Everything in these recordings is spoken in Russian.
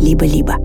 «Либо-либо».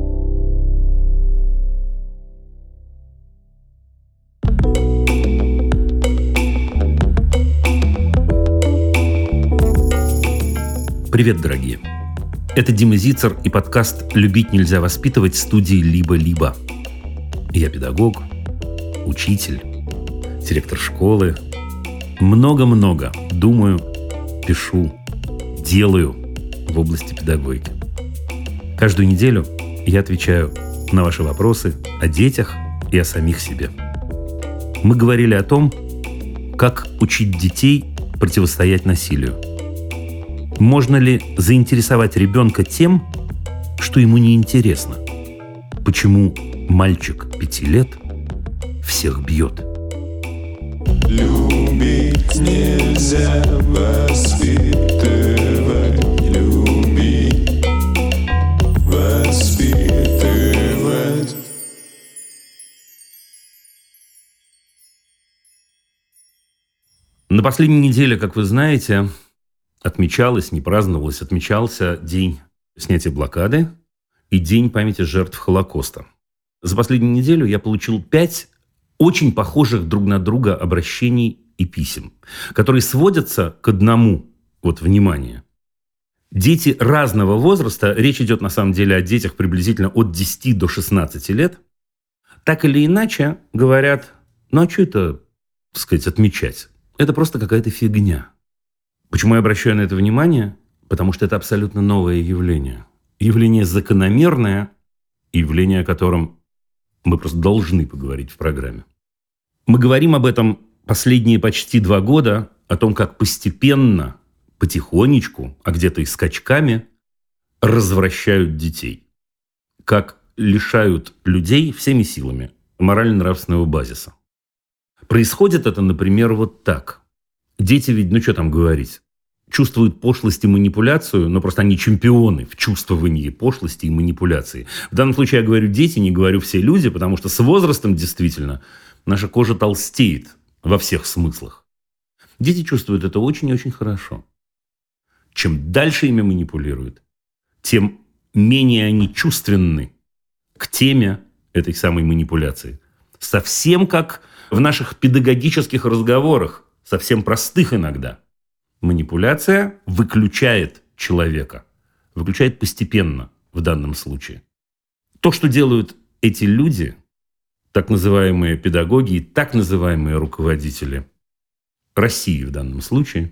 Привет, дорогие! Это Дима Зицер и подкаст «Любить нельзя воспитывать» студии «Либо-либо». Я педагог, учитель, директор школы. Много-много думаю, пишу, делаю в области педагогики. Каждую неделю я отвечаю на ваши вопросы о детях и о самих себе. Мы говорили о том, как учить детей противостоять насилию. Можно ли заинтересовать ребенка тем, что ему неинтересно? Почему мальчик 5 лет всех бьет? Любить нельзя воспитывать, любить, воспитывать. На последней неделе, как вы знаете, отмечался день снятия блокады и день памяти жертв Холокоста. За последнюю неделю я получил 5 очень похожих друг на друга обращений и писем, которые сводятся к одному, внимание. Дети разного возраста, речь идет на самом деле о детях приблизительно от 10 до 16 лет, так или иначе говорят, а что это, отмечать? Это просто какая-то фигня. Почему я обращаю на это внимание? Потому что это абсолютно новое явление. Явление закономерное, явление, о котором мы просто должны поговорить в программе. Мы говорим об этом последние почти 2 года, о том, как постепенно, потихонечку, а где-то и скачками развращают детей. Как лишают людей всеми силами морально-нравственного базиса. Происходит это, например, вот так. Дети ведь, что там говорить, чувствуют пошлость и манипуляцию, но просто они чемпионы в чувствовании пошлости и манипуляции. В данном случае я говорю дети, не говорю все люди, потому что с возрастом действительно наша кожа толстеет во всех смыслах. Дети чувствуют это очень-очень хорошо. Чем дальше ими манипулируют, тем менее они чувственны к теме этой самой манипуляции. Совсем как в наших педагогических разговорах, совсем простых иногда. Манипуляция выключает человека. Выключает постепенно в данном случае. То, что делают эти люди, так называемые педагоги и так называемые руководители России в данном случае,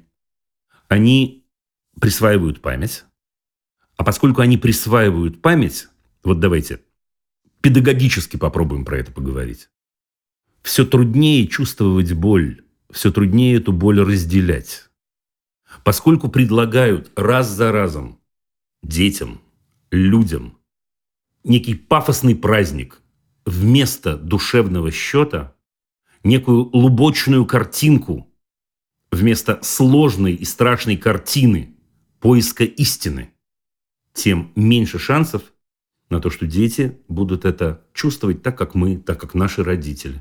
они присваивают память. А поскольку они присваивают память, давайте педагогически попробуем про это поговорить. Все труднее чувствовать боль. Все труднее эту боль разделять. Поскольку предлагают раз за разом детям, людям некий пафосный праздник вместо душевного счета, некую лубочную картинку вместо сложной и страшной картины поиска истины, тем меньше шансов на то, что дети будут это чувствовать так, как мы, так, как наши родители.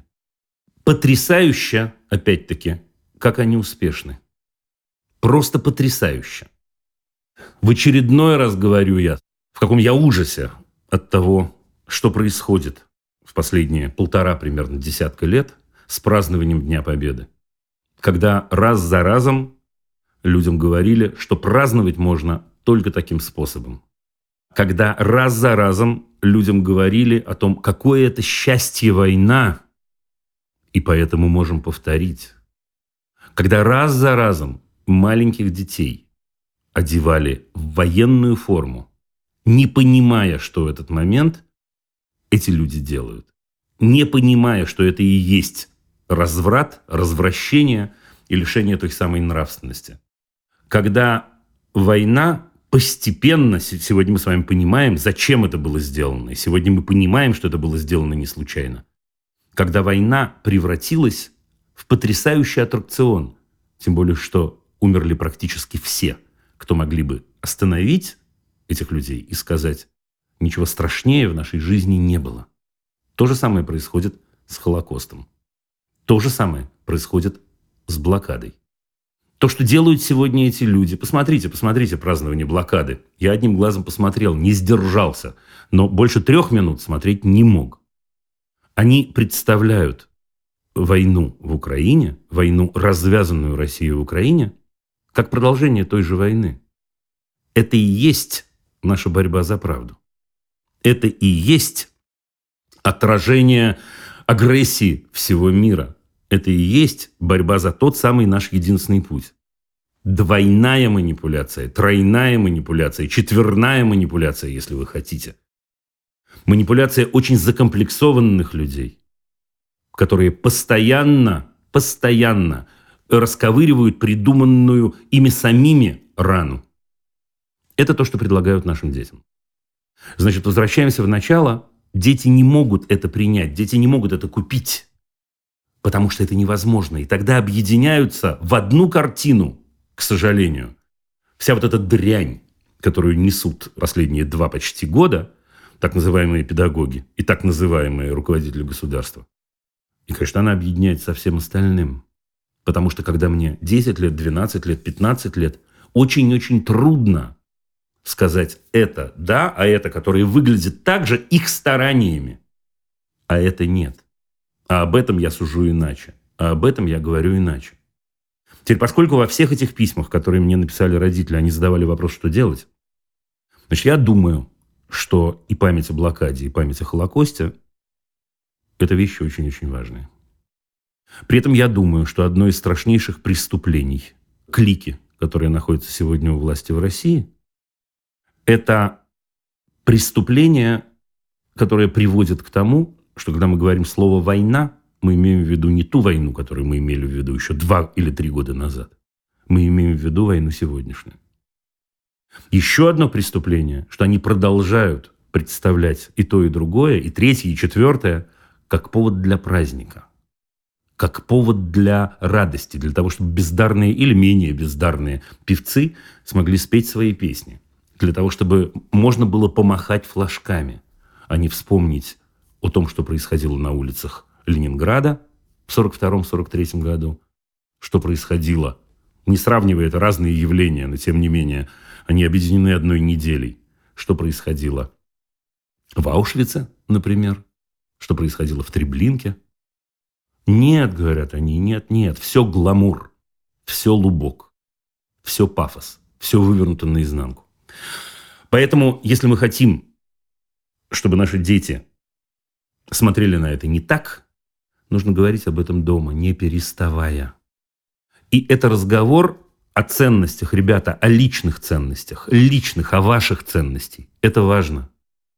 Потрясающе, опять-таки, как они успешны. Просто потрясающе. В очередной раз говорю я, в каком я ужасе от того, что происходит в последние 1,5 примерно десятка лет с празднованием Дня Победы. Когда раз за разом людям говорили, что праздновать можно только таким способом. Когда раз за разом людям говорили о том, какое это счастье война, и поэтому можем повторить. Когда раз за разом маленьких детей одевали в военную форму, не понимая, что в этот момент эти люди делают, не понимая, что это и есть разврат, развращение и лишение той самой нравственности. Когда война постепенно, сегодня мы с вами понимаем, зачем это было сделано, и сегодня мы понимаем, что это было сделано не случайно. Когда война превратилась в потрясающий аттракцион, тем более, что умерли практически все, кто могли бы остановить этих людей и сказать, ничего страшнее в нашей жизни не было. То же самое происходит с Холокостом. То же самое происходит с блокадой. То, что делают сегодня эти люди. Посмотрите празднование блокады. Я одним глазом посмотрел, не сдержался. Но больше 3 минут смотреть не мог. Они представляют войну в Украине, войну, развязанную Россией в Украине, как продолжение той же войны. Это и есть наша борьба за правду. Это и есть отражение агрессии всего мира. Это и есть борьба за тот самый наш единственный путь. Двойная манипуляция, тройная манипуляция, четверная манипуляция, если вы хотите. Манипуляция очень закомплексованных людей, которые постоянно расковыривают придуманную ими самими рану. Это то, что предлагают нашим детям. Значит, возвращаемся в начало. Дети не могут это принять, дети не могут это купить, потому что это невозможно. И тогда объединяются в одну картину, к сожалению. Вся вот эта дрянь, которую несут последние 2 почти года, так называемые педагоги и так называемые руководители государства. И, конечно, она объединяется со всем остальным. Потому что, когда мне 10 лет, 12 лет, 15 лет, очень-очень трудно сказать это да, а это, которое выглядит так же их стараниями, а это нет. А об этом я сужу иначе. А об этом я говорю иначе. Теперь, поскольку во всех этих письмах, которые мне написали родители, они задавали вопрос, что делать, значит, я думаю, что и память о блокаде, и память о Холокосте – это вещи очень-очень важные. При этом я думаю, что одно из страшнейших преступлений, клики, которые находятся сегодня у власти в России, это преступление, которое приводит к тому, что когда мы говорим слово «война», мы имеем в виду не ту войну, которую мы имели в виду еще 2 или 3 года назад. Мы имеем в виду войну сегодняшнюю. Еще одно преступление, что они продолжают представлять и то, и другое, и третье, и четвертое, как повод для праздника, как повод для радости, для того, чтобы бездарные или менее бездарные певцы смогли спеть свои песни, для того, чтобы можно было помахать флажками, а не вспомнить о том, что происходило на улицах Ленинграда в 1942-1943 году, что происходило, не сравнивая это разные явления, но тем не менее они объединены одной неделей, что происходило в Аушвице, например, что происходило в Треблинке. Нет, говорят они, нет, все гламур, все лубок, все пафос, все вывернуто наизнанку. Поэтому, если мы хотим, чтобы наши дети смотрели на это не так, нужно говорить об этом дома, не переставая. И это разговор о ценностях, ребята, о личных ценностях, о ваших ценностях. Это важно.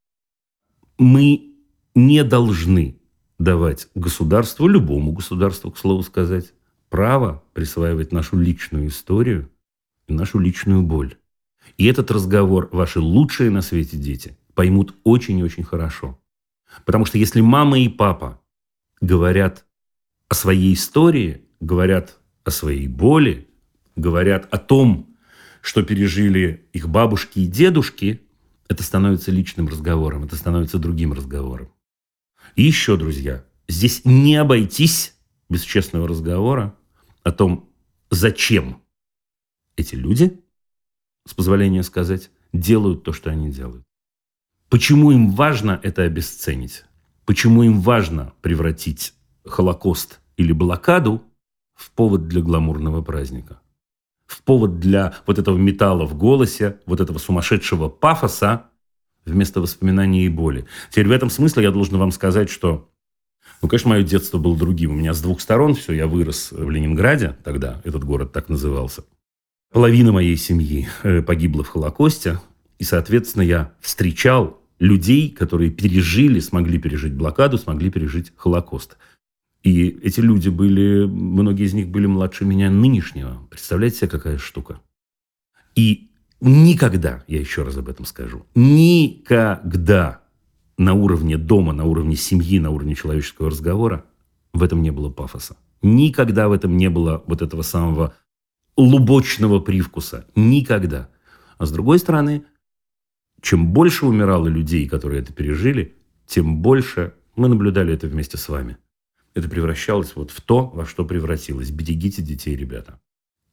Мы не должны давать государству, любому государству, к слову сказать, право присваивать нашу личную историю и нашу личную боль. И этот разговор ваши лучшие на свете дети поймут очень-очень хорошо. Потому что если мама и папа говорят о своей истории, говорят о своей боли, говорят о том, что пережили их бабушки и дедушки, это становится личным разговором, это становится другим разговором. И еще, друзья, здесь не обойтись без честного разговора о том, зачем эти люди, с позволения сказать, делают то, что они делают. Почему им важно это обесценить? Почему им важно превратить Холокост или блокаду в повод для гламурного праздника? В повод для вот этого металла в голосе, вот этого сумасшедшего пафоса вместо воспоминаний и боли. Теперь в этом смысле я должен вам сказать, что, конечно, мое детство было другим. У меня с 2 сторон все. Я вырос в Ленинграде, тогда этот город так назывался. Половина моей семьи погибла в Холокосте. И, соответственно, я встречал людей, которые смогли пережить блокаду, смогли пережить Холокост. И эти люди многие из них были младше меня нынешнего. Представляете себе, какая штука? И никогда, я еще раз об этом скажу, никогда на уровне дома, на уровне семьи, на уровне человеческого разговора в этом не было пафоса. Никогда в этом не было вот этого самого лубочного привкуса. Никогда. А с другой стороны, чем больше умирало людей, которые это пережили, тем больше мы наблюдали это вместе с вами. Это превращалось вот в то, во что превратилось. Берегите детей, ребята.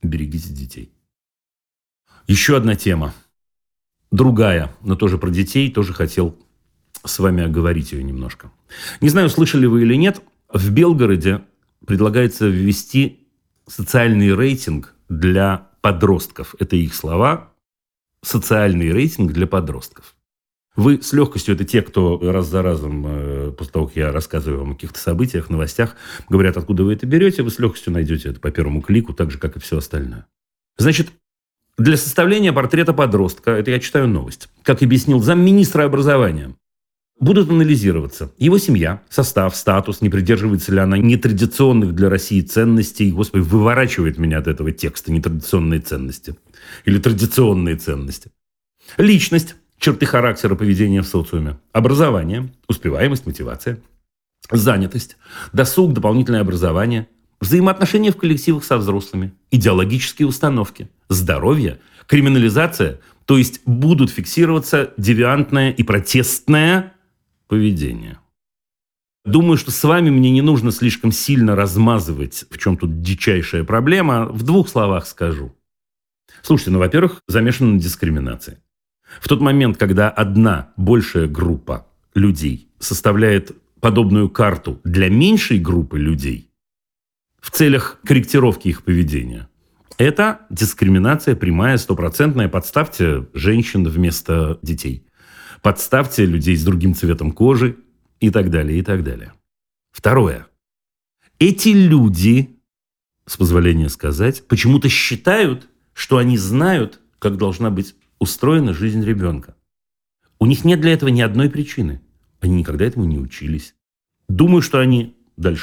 берегите детей. Еще одна тема. Другая, но тоже про детей, тоже хотел с вами оговорить ее немножко. Не знаю, слышали вы или нет, в Белгороде предлагается ввести социальный рейтинг для подростков. Это их слова. Социальный рейтинг для подростков. Вы с легкостью, это те, кто раз за разом, после того, как я рассказываю вам о каких-то событиях, новостях, говорят, откуда вы это берете, вы с легкостью найдете это по первому клику, так же, как и все остальное. Значит, для составления портрета подростка, это я читаю новость, как объяснил замминистра образования, будут анализироваться его семья, состав, статус, не придерживается ли она нетрадиционных для России ценностей. Господи, выворачивает меня от этого текста нетрадиционные ценности или традиционные ценности. Личность, черты характера, поведения в социуме, образование, успеваемость, мотивация, занятость, досуг, дополнительное образование, взаимоотношения в коллективах со взрослыми, идеологические установки, здоровье, криминализация, то есть будут фиксироваться девиантное и протестное поведение. Думаю, что с вами мне не нужно слишком сильно размазывать, в чем тут дичайшая проблема. В двух словах скажу. Слушайте, во-первых, замешана дискриминация. В тот момент, когда одна большая группа людей составляет подобную карту для меньшей группы людей в целях корректировки их поведения, это дискриминация прямая, стопроцентная. Подставьте женщин вместо детей. Подставьте людей с другим цветом кожи и так далее, и так далее. Второе. Эти люди, с позволения сказать, почему-то считают, что они знают, как должна быть устроена жизнь ребенка. У них нет для этого ни одной причины. Они никогда этому не учились. Думаю, что они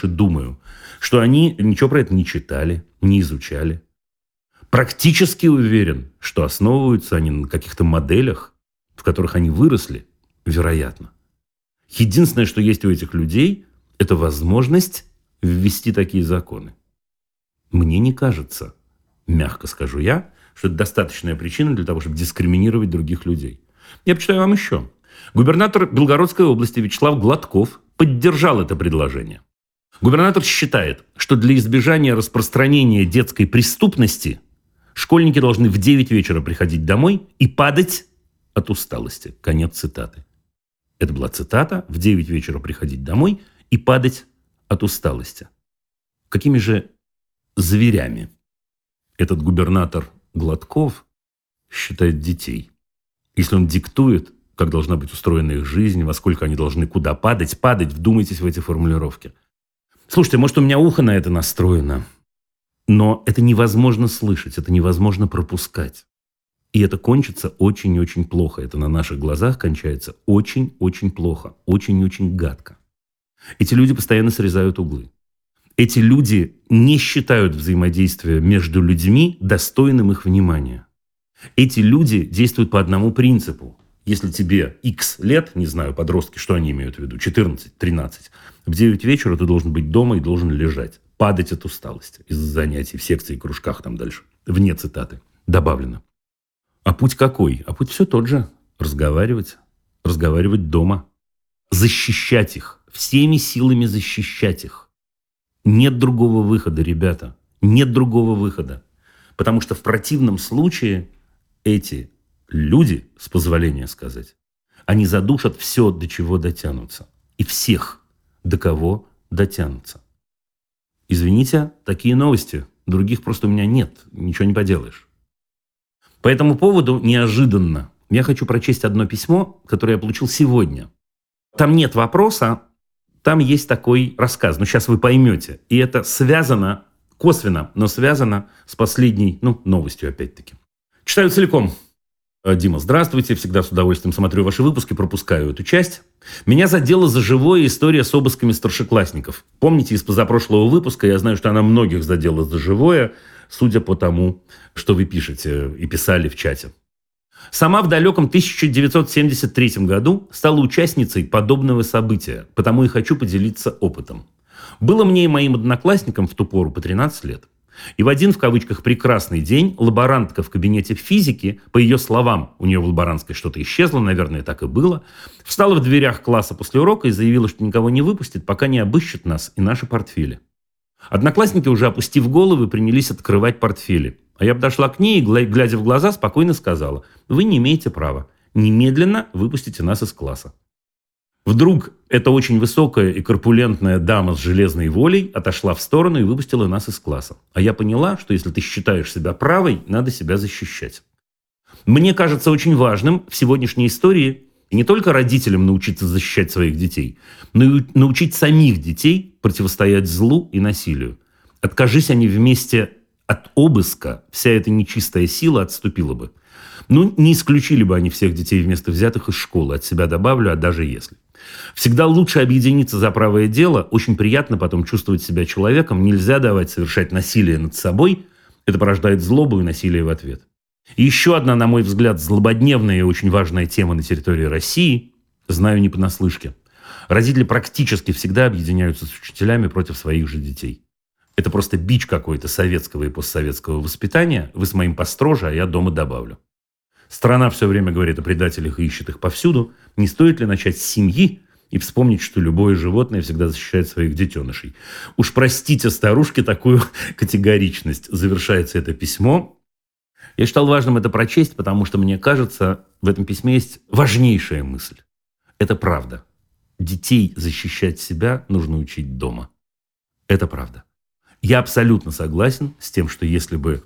ничего про это не читали, не изучали. Практически уверен, что основываются они на каких-то моделях, в которых они выросли, вероятно. Единственное, что есть у этих людей, это возможность ввести такие законы. Мне не кажется, мягко скажу я, что это достаточная причина для того, чтобы дискриминировать других людей. Я почитаю вам еще. Губернатор Белгородской области Вячеслав Гладков поддержал это предложение. Губернатор считает, что для избежания распространения детской преступности школьники должны в 9 вечера приходить домой и падать от усталости. Конец цитаты. Это была цитата: в 9 вечера приходить домой и падать от усталости. Какими же зверями этот губернатор Гладков считает детей? Если он диктует, как должна быть устроена их жизнь, во сколько они должны куда падать, вдумайтесь в эти формулировки. Слушайте, может, у меня ухо на это настроено, но это невозможно слышать, это невозможно пропускать. И это кончится очень-очень плохо. Это на наших глазах кончается очень-очень плохо, очень-очень гадко. Эти люди постоянно срезают углы. Эти люди не считают взаимодействие между людьми достойным их внимания. Эти люди действуют по одному принципу. Если тебе X лет, не знаю, подростки, что они имеют в виду, 14, 13, в 9 вечера ты должен быть дома и должен лежать, падать от усталости из-за занятий в секции, кружках там дальше. Вне цитаты добавлено. А путь какой? А путь все тот же. Разговаривать дома. Защищать их. Всеми силами защищать их. Нет другого выхода, ребята. Нет другого выхода. Потому что в противном случае эти люди, с позволения сказать, они задушат все, до чего дотянутся. И всех, до кого дотянутся. Извините, такие новости. Других просто у меня нет. Ничего не поделаешь. По этому поводу неожиданно я хочу прочесть одно письмо, которое я получил сегодня. Там нет вопроса, там есть такой рассказ. Но сейчас вы поймете. И это связано, косвенно, но связано с последней, новостью опять-таки. Читаю целиком. Дима, здравствуйте. Всегда с удовольствием смотрю ваши выпуски, пропускаю эту часть. Меня задела за живое история с обысками старшеклассников. Помните, из позапрошлого выпуска я знаю, что она многих задела за живое, судя по тому, что вы пишете и писали в чате. Сама в далеком 1973 году стала участницей подобного события, потому и хочу поделиться опытом. Было мне и моим одноклассникам в ту пору по 13 лет. И в один, в кавычках, прекрасный день лаборантка в кабинете физики, по ее словам, у нее в лаборантской что-то исчезло, наверное, так и было, встала в дверях класса после урока и заявила, что никого не выпустит, пока не обыщет нас и наши портфели. Одноклассники, уже опустив головы, принялись открывать портфели. А я подошла к ней и, глядя в глаза, спокойно сказала: «Вы не имеете права. Немедленно выпустите нас из класса». Вдруг эта очень высокая и корпулентная дама с железной волей отошла в сторону и выпустила нас из класса. А я поняла, что если ты считаешь себя правой, надо себя защищать. Мне кажется очень важным в сегодняшней истории не только родителям научиться защищать своих детей, но и научить самих детей противостоять злу и насилию. Откажись они вместе от обыска, вся эта нечистая сила отступила бы. Не исключили бы они всех детей вместо взятых из школы, от себя добавлю, а даже если. Всегда лучше объединиться за правое дело, очень приятно потом чувствовать себя человеком, нельзя давать совершать насилие над собой, это порождает злобу и насилие в ответ. И еще одна, на мой взгляд, злободневная и очень важная тема на территории России, знаю не понаслышке. Родители практически всегда объединяются с учителями против своих же детей. Это просто бич какой-то советского и постсоветского воспитания, вы с моим построже, а я дома добавлю. Страна все время говорит о предателях и ищет их повсюду. Не стоит ли начать с семьи и вспомнить, что любое животное всегда защищает своих детенышей? Уж простите старушке такую категоричность. Завершается это письмо. Я считал важным это прочесть, потому что, мне кажется, в этом письме есть важнейшая мысль. Это правда. Детей защищать себя нужно учить дома. Это правда. Я абсолютно согласен с тем, что если бы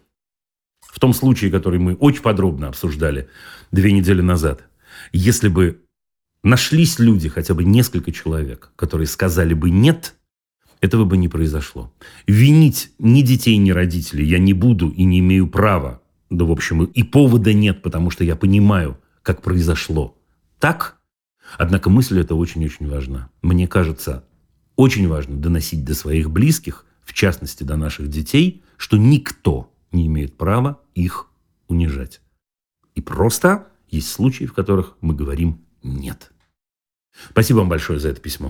в том случае, который мы очень подробно обсуждали 2 недели назад, если бы нашлись люди, хотя бы несколько человек, которые сказали бы «нет», этого бы не произошло. Винить ни детей, ни родителей я не буду и не имею права. Да, в общем, и повода нет, потому что я понимаю, как произошло. Так? Однако мысль эта очень-очень важна. Мне кажется, очень важно доносить до своих близких, в частности, до наших детей, что никто не имеет права их унижать. И просто есть случаи, в которых мы говорим «нет». Спасибо вам большое за это письмо.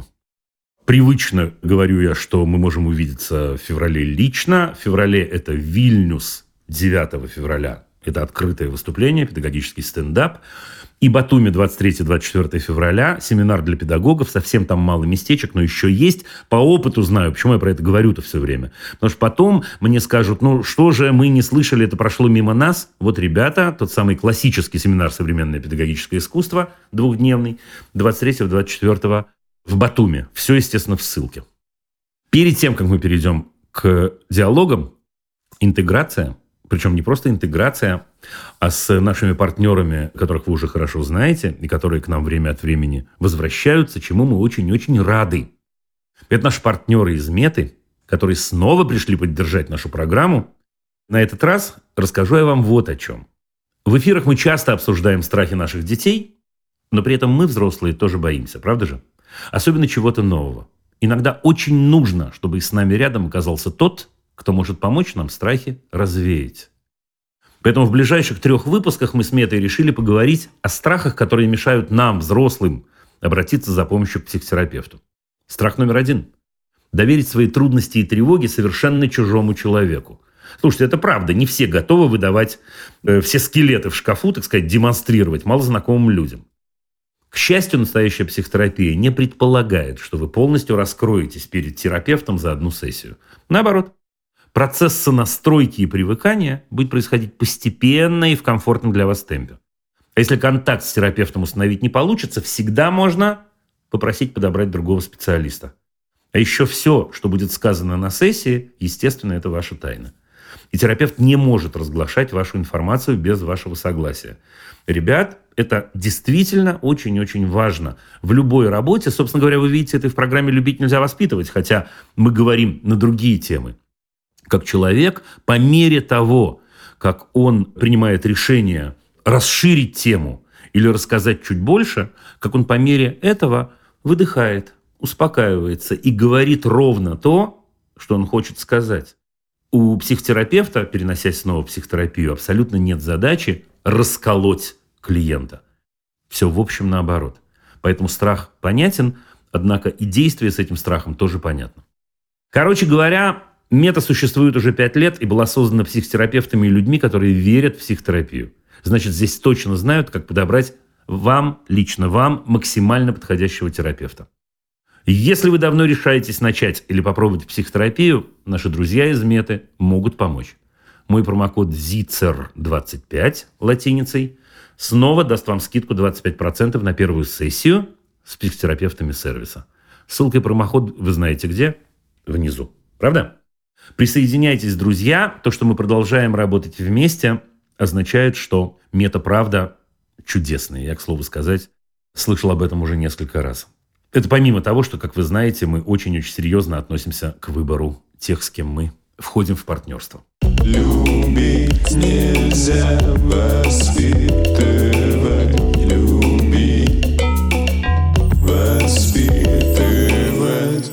Привычно говорю я, что мы можем увидеться в феврале лично. В феврале это Вильнюс, 9 февраля. Это открытое выступление, педагогический стендап. И Батуми 23-24 февраля, семинар для педагогов. Совсем там мало местечек, но еще есть. По опыту знаю, почему я про это говорю-то все время. Потому что потом мне скажут, что же мы не слышали, это прошло мимо нас. Вот, ребята, тот самый классический семинар «Современное педагогическое искусство», 2-дневный, 23-24 в Батуми. Все, естественно, в ссылке. Перед тем, как мы перейдем к диалогам, интеграция. Причем не просто интеграция, а с нашими партнерами, которых вы уже хорошо знаете, и которые к нам время от времени возвращаются, чему мы очень-очень рады. Это наши партнеры из Меты, которые снова пришли поддержать нашу программу. На этот раз расскажу я вам вот о чем. В эфирах мы часто обсуждаем страхи наших детей, но при этом мы, взрослые, тоже боимся, правда же? Особенно чего-то нового. Иногда очень нужно, чтобы с нами рядом оказался тот, кто может помочь нам страхи развеять. Поэтому в ближайших 3 выпусках мы с Метой решили поговорить о страхах, которые мешают нам, взрослым, обратиться за помощью к психотерапевту. Страх номер 1. Доверить свои трудности и тревоги совершенно чужому человеку. Слушайте, это правда, не все готовы выдавать все скелеты в шкафу, так сказать, демонстрировать малознакомым людям. К счастью, настоящая психотерапия не предполагает, что вы полностью раскроетесь перед терапевтом за одну сессию. Наоборот. Процесс сонастройки и привыкания будет происходить постепенно и в комфортном для вас темпе. А если контакт с терапевтом установить не получится, всегда можно попросить подобрать другого специалиста. А еще все, что будет сказано на сессии, естественно, это ваша тайна. И терапевт не может разглашать вашу информацию без вашего согласия. Ребят, это действительно очень-очень важно. В любой работе, собственно говоря, вы видите это и в программе «Любить нельзя воспитывать», хотя мы говорим на другие темы. Как человек, по мере того, как он принимает решение расширить тему или рассказать чуть больше, как он по мере этого выдыхает, успокаивается и говорит ровно то, что он хочет сказать. У психотерапевта, переносясь снова в психотерапию, абсолютно нет задачи расколоть клиента. Все в общем наоборот. Поэтому страх понятен, однако и действие с этим страхом тоже понятно. Короче говоря, Мета существует уже 5 лет и была создана психотерапевтами и людьми, которые верят в психотерапию. Значит, здесь точно знают, как подобрать вам, лично вам, максимально подходящего терапевта. Если вы давно решаетесь начать или попробовать психотерапию, наши друзья из Меты могут помочь. Мой промокод ZICER25 латиницей снова даст вам скидку 25% на первую сессию с психотерапевтами сервиса. Ссылка и промокод вы знаете где? Внизу. Правда? Присоединяйтесь, друзья. То, что мы продолжаем работать вместе, означает, что мета-правда чудесная. Я, к слову сказать, слышал об этом уже несколько раз. Это помимо того, что, как вы знаете, мы очень-очень серьезно относимся к выбору тех, с кем мы входим в партнерство. Любить нельзя воспитывать, любить, воспитывать.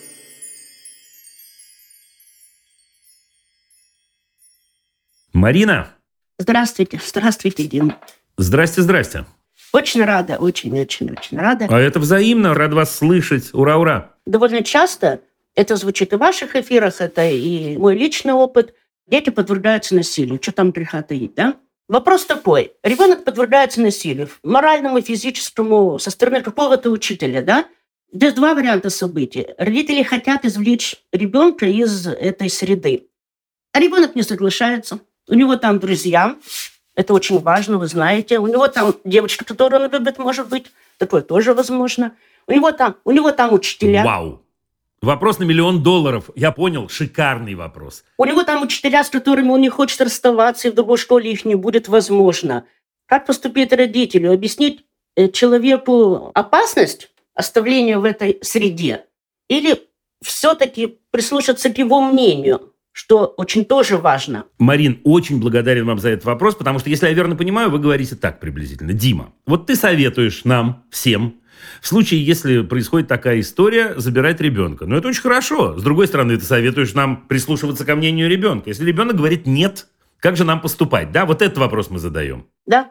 Марина! Здравствуйте, здравствуйте, Дима. Здрасте, здрасте. Очень рада, очень рада. А это взаимно, рад вас слышать. Ура, ура. Довольно часто это звучит и в ваших эфирах, это и мой личный опыт. Дети подвергаются насилию. Что там греха таить, да? Вопрос такой. Ребенок подвергается насилию, моральному, физическому, со стороны какого-то учителя, да? Здесь два варианта событий. Родители хотят извлечь ребенка из этой среды. А ребенок не соглашается. У него там друзья. Это очень важно, вы знаете. У него там девочка, которую он любит, может быть. Такое тоже возможно. У него там учителя. Вау. Вопрос на $1 миллион. Я понял, шикарный вопрос. У него там учителя, с которыми он не хочет расставаться, и в другой школе их не будет возможно. Как поступить родителю? Объяснить человеку опасность оставления в этой среде? Или все-таки прислушаться к его мнению? Что очень тоже важно. Марин, очень благодарен вам за этот вопрос, потому что, если я верно понимаю, вы говорите так приблизительно. Дима, вот ты советуешь нам всем, в случае, если происходит такая история, забирать ребенка. Ну, это очень хорошо. С другой стороны, ты советуешь нам прислушиваться ко мнению ребенка. Если ребенок говорит «нет», как же нам поступать? Да, вот этот вопрос мы задаем. Да.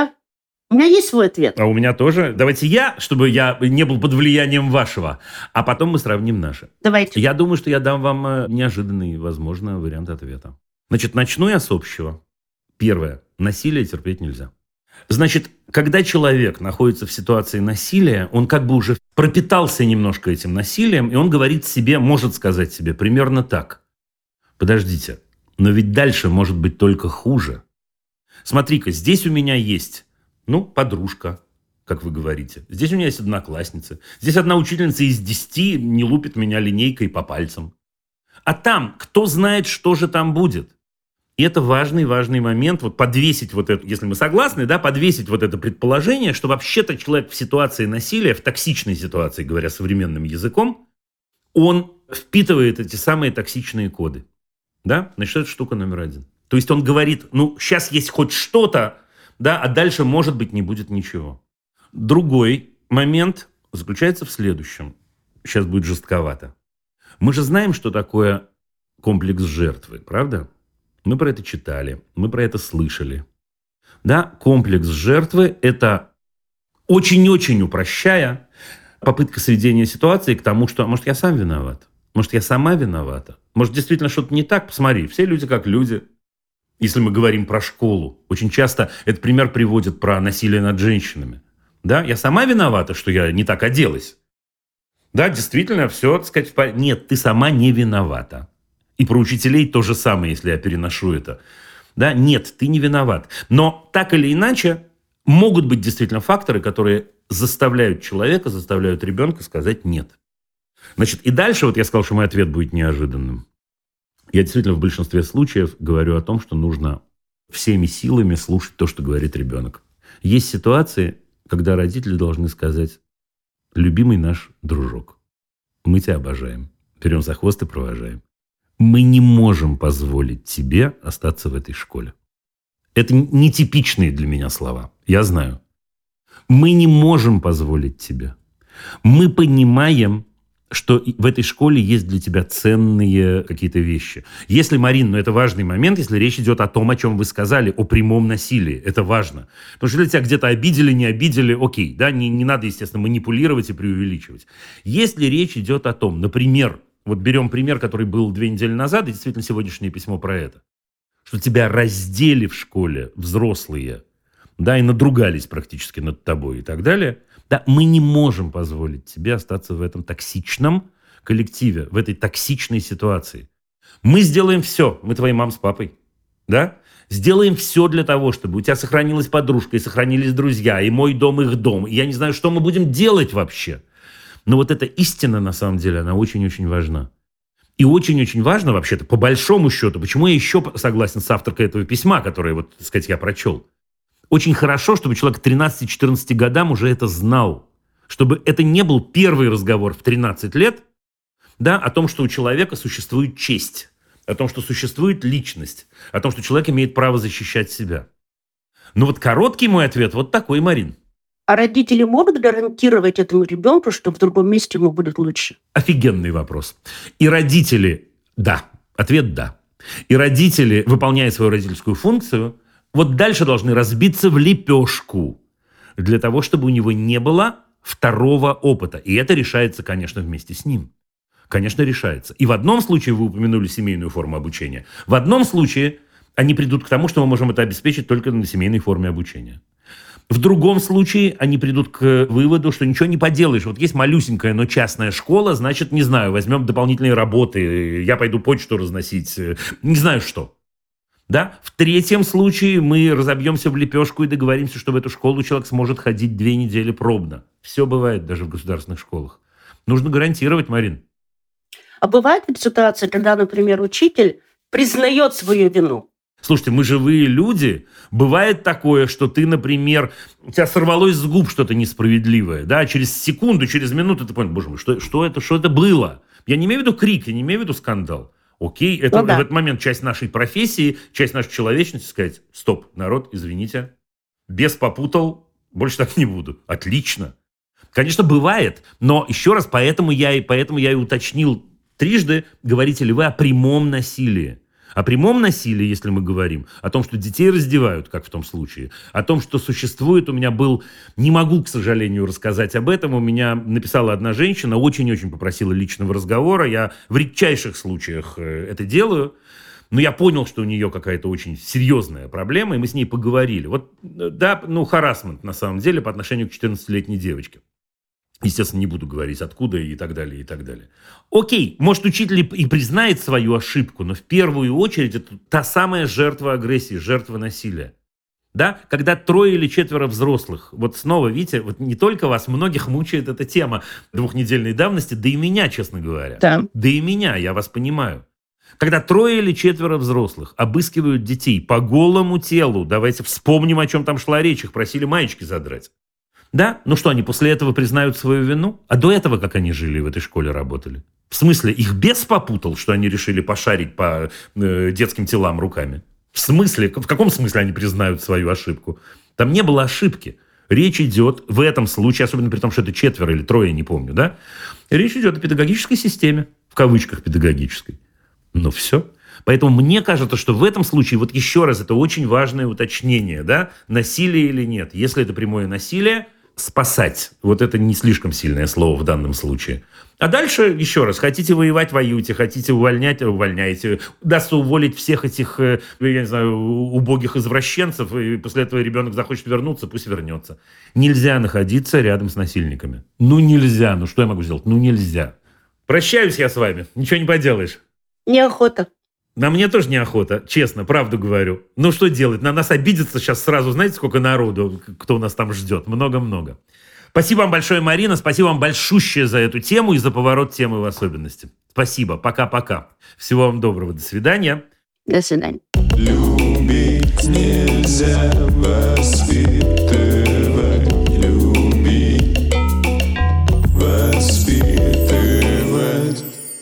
У меня есть свой ответ. А у меня тоже. Давайте я, чтобы я не был под влиянием вашего, а потом мы сравним наши. Давайте. Я думаю, что я дам вам неожиданный, возможно, вариант ответа. Значит, начну я с общего. Первое. Насилие терпеть нельзя. Значит, когда человек находится в ситуации насилия, он как бы уже пропитался немножко этим насилием, и он говорит себе, может сказать себе примерно так. Подождите, но ведь дальше может быть только хуже. Смотри-ка, здесь у меня есть... подружка, как вы говорите. Здесь у меня есть одноклассница. Здесь одна учительница из 10 не лупит меня линейкой по пальцам. А там, кто знает, что же там будет. И это важный момент, вот подвесить вот это, если мы согласны, да, подвесить вот это предположение, что вообще-то человек в ситуации насилия, в токсичной ситуации, говоря современным языком, он впитывает эти самые токсичные коды. Да? Значит, это штука номер 1. То есть он говорит, сейчас есть хоть что-то, да, а дальше, может быть, не будет ничего. Другой момент заключается в следующем. Сейчас будет жестковато. Мы же знаем, что такое комплекс жертвы, правда? Мы про это читали, мы про это слышали. Да, комплекс жертвы – это очень-очень упрощая попытка сведения ситуации к тому, что, может, я сам виноват, может, я сама виновата, может, действительно что-то не так. Посмотри, все люди как люди. Если мы говорим про школу, очень часто этот пример приводят про насилие над женщинами. Да, я сама виновата, что я не так оделась. Да, действительно, все, так сказать, в порядке. Нет, ты сама не виновата. И про учителей то же самое, если я переношу это. Да, нет, ты не виноват. Но так или иначе, могут быть действительно факторы, которые заставляют человека, заставляют ребенка сказать «нет». Значит, и дальше вот я сказал, что мой ответ будет неожиданным. Я действительно в большинстве случаев говорю о том, что нужно всеми силами слушать то, что говорит ребенок. Есть ситуации, когда родители должны сказать: любимый наш дружок, мы тебя обожаем, берем за хвост и провожаем. Мы не можем позволить тебе остаться в этой школе. Это нетипичные для меня слова, я знаю. Мы не можем позволить тебе. Мы понимаем, что в этой школе есть для тебя ценные какие-то вещи. Если, Марин, это важный момент, если речь идет о том, о чем вы сказали, о прямом насилии, это важно. Потому что если тебя где-то обидели, не обидели, окей, да, не надо, естественно, манипулировать и преувеличивать. Если речь идет о том, например, вот берем пример, который был 2 недели назад, и действительно сегодняшнее письмо про это, что тебя раздели в школе взрослые, да, и надругались практически над тобой и так далее, Да, мы не можем позволить себе остаться в этом токсичном коллективе, в этой токсичной ситуации. Мы сделаем все, мы твои мам с папой, да? Сделаем все для того, чтобы у тебя сохранилась подружка, и сохранились друзья, и мой дом, их дом. И я не знаю, что мы будем делать вообще. Но вот эта истина, на самом деле, она очень-очень важна. И очень-очень важно, вообще-то, по большому счету, почему я еще согласен с авторкой этого письма, которое, вот, так сказать, я прочел. Очень хорошо, чтобы человек к 13-14 годам уже это знал. Чтобы это не был первый разговор в 13 лет, да, о том, что у человека существует честь, о том, что существует личность, о том, что человек имеет право защищать себя. Ну вот короткий мой ответ вот такой, Марин. А родители могут гарантировать этому ребенку, что в другом месте ему будет лучше? Офигенный вопрос. И родители, да, ответ да. И родители, выполняя свою родительскую функцию, вот дальше должны разбиться в лепешку для того, чтобы у него не было второго опыта. И это решается, конечно, вместе с ним. Конечно, решается. И в одном случае вы упомянули семейную форму обучения. В одном случае они придут к тому, что мы можем это обеспечить только на семейной форме обучения. В другом случае они придут к выводу, что ничего не поделаешь. Вот есть малюсенькая, но частная школа, значит, не знаю, возьмем дополнительные работы, я пойду почту разносить, не знаю что. Да? В третьем случае мы разобьемся в лепешку и договоримся, что в эту школу человек сможет ходить 2 недели пробно. Все бывает даже в государственных школах. Нужно гарантировать, Марин. А бывает ведь ситуация, когда, например, учитель признает свою вину? Слушайте, мы живые люди. Бывает такое, что ты, например, у тебя сорвалось с губ что-то несправедливое, да, через секунду, через минуту ты понял, боже мой, что это было? Я не имею в виду крик, я не имею в виду скандал. Окей, это в этот момент часть нашей профессии, часть нашей человечности, сказать, стоп, народ, извините, бес попутал, больше так не буду. Отлично. Конечно, бывает, но еще раз, поэтому я и уточнил трижды, говорите ли вы о прямом насилии. О прямом насилии, если мы говорим, о том, что детей раздевают, как в том случае, о том, что существует, у меня был, не могу, к сожалению, рассказать об этом, у меня написала одна женщина, очень-очень попросила личного разговора, я в редчайших случаях это делаю, но я понял, что у нее какая-то очень серьезная проблема, и мы с ней поговорили. Вот, да, харассмент, на самом деле, по отношению к 14-летней девочке. Естественно, не буду говорить, откуда и так далее, и так далее. Окей, может, учитель и признает свою ошибку, но в первую очередь это та самая жертва агрессии, жертва насилия. Да? Когда 3 или 4 взрослых, вот снова, видите, вот не только вас, многих мучает эта тема 2-недельной давности, да и меня, честно говоря. Да и меня, я вас понимаю. Когда 3 или 4 взрослых обыскивают детей по голому телу, давайте вспомним, о чем там шла речь, их просили маечки задрать. Да? Ну что, они после этого признают свою вину? А до этого как они жили, в этой школе работали? В смысле, их бес попутал, что они решили пошарить по детским телам руками? В смысле? В каком смысле они признают свою ошибку? Там не было ошибки. Речь идет в этом случае, особенно при том, что это 4 или 3, не помню, да? Речь идет о педагогической системе, в кавычках педагогической. Ну все. Поэтому мне кажется, что в этом случае, вот еще раз, это очень важное уточнение, да? Насилие или нет. Если это прямое насилие, спасать. Вот это не слишком сильное слово в данном случае. А дальше, еще раз, хотите воевать, воюйте, хотите увольнять, увольняйте. Удастся уволить всех этих, я не знаю, убогих извращенцев, и после этого ребенок захочет вернуться, пусть вернется. Нельзя находиться рядом с насильниками. Ну нельзя, ну что я могу сделать? Ну нельзя. Прощаюсь я с вами, ничего не поделаешь. Неохота. На мне тоже неохота, честно, правду говорю. Ну что делать? На нас обидеться сейчас сразу, знаете, сколько народу, кто у нас там ждет? Много-много. Спасибо вам большое, Марина, спасибо вам большущее за эту тему и за поворот темы в особенности. Спасибо, пока-пока. Всего вам доброго, до свидания. До свидания. Любить нельзя воспитывать, любить, воспитывать.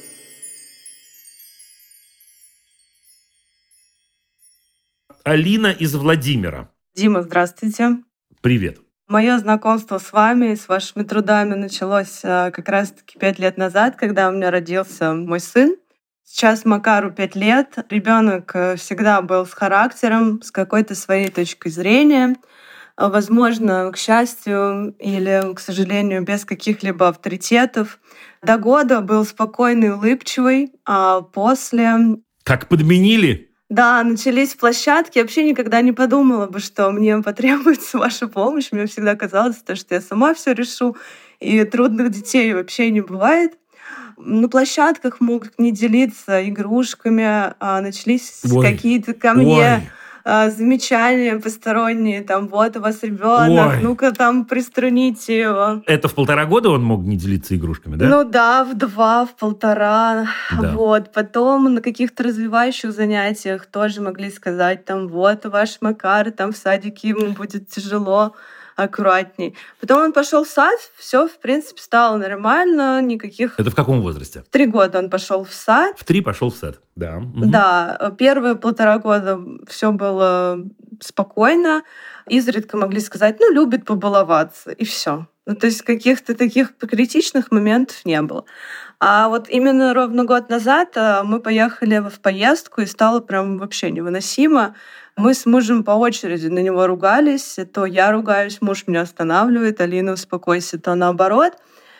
Алина из Владимира. Дима, здравствуйте. Привет. Мое знакомство с вами, с вашими трудами началось как раз-таки 5 лет назад, когда у меня родился мой сын. Сейчас Макару 5 лет. Ребенок всегда был с характером, с какой-то своей точкой зрения. Возможно, к счастью или, к сожалению, без каких-либо авторитетов. До года был спокойный, улыбчивый, а после... Как подменили? Да, начались площадки. Я вообще никогда не подумала бы, что мне потребуется ваша помощь. Мне всегда казалось, что я сама все решу, и трудных детей вообще не бывает. На площадках могут не делиться игрушками, начались Ой, какие-то ко ой, мне замечания посторонние, там, вот у вас ребенок, ой. ну-ка там приструните его. Это в 1,5 года он мог не делиться игрушками, да? Ну да, в 2, в 1,5. Да. Вот. Потом на каких-то развивающих занятиях тоже могли сказать, там, вот ваш Макар, там в садике ему будет тяжело, аккуратней. Потом он пошел в сад, все, в принципе, стало нормально, никаких... Это в каком возрасте? В 3 года он пошел в сад. В 3 пошел в сад, да. Мгм. Да, первые 1,5 года все было спокойно. Изредка могли сказать, ну, любит побаловаться, и все. Ну, то есть каких-то таких критичных моментов не было. А вот именно ровно год назад мы поехали в поездку, и стало прям вообще невыносимо. Мы с мужем по очереди на него ругались. То я ругаюсь, муж меня останавливает, Алина, успокойся, то наоборот.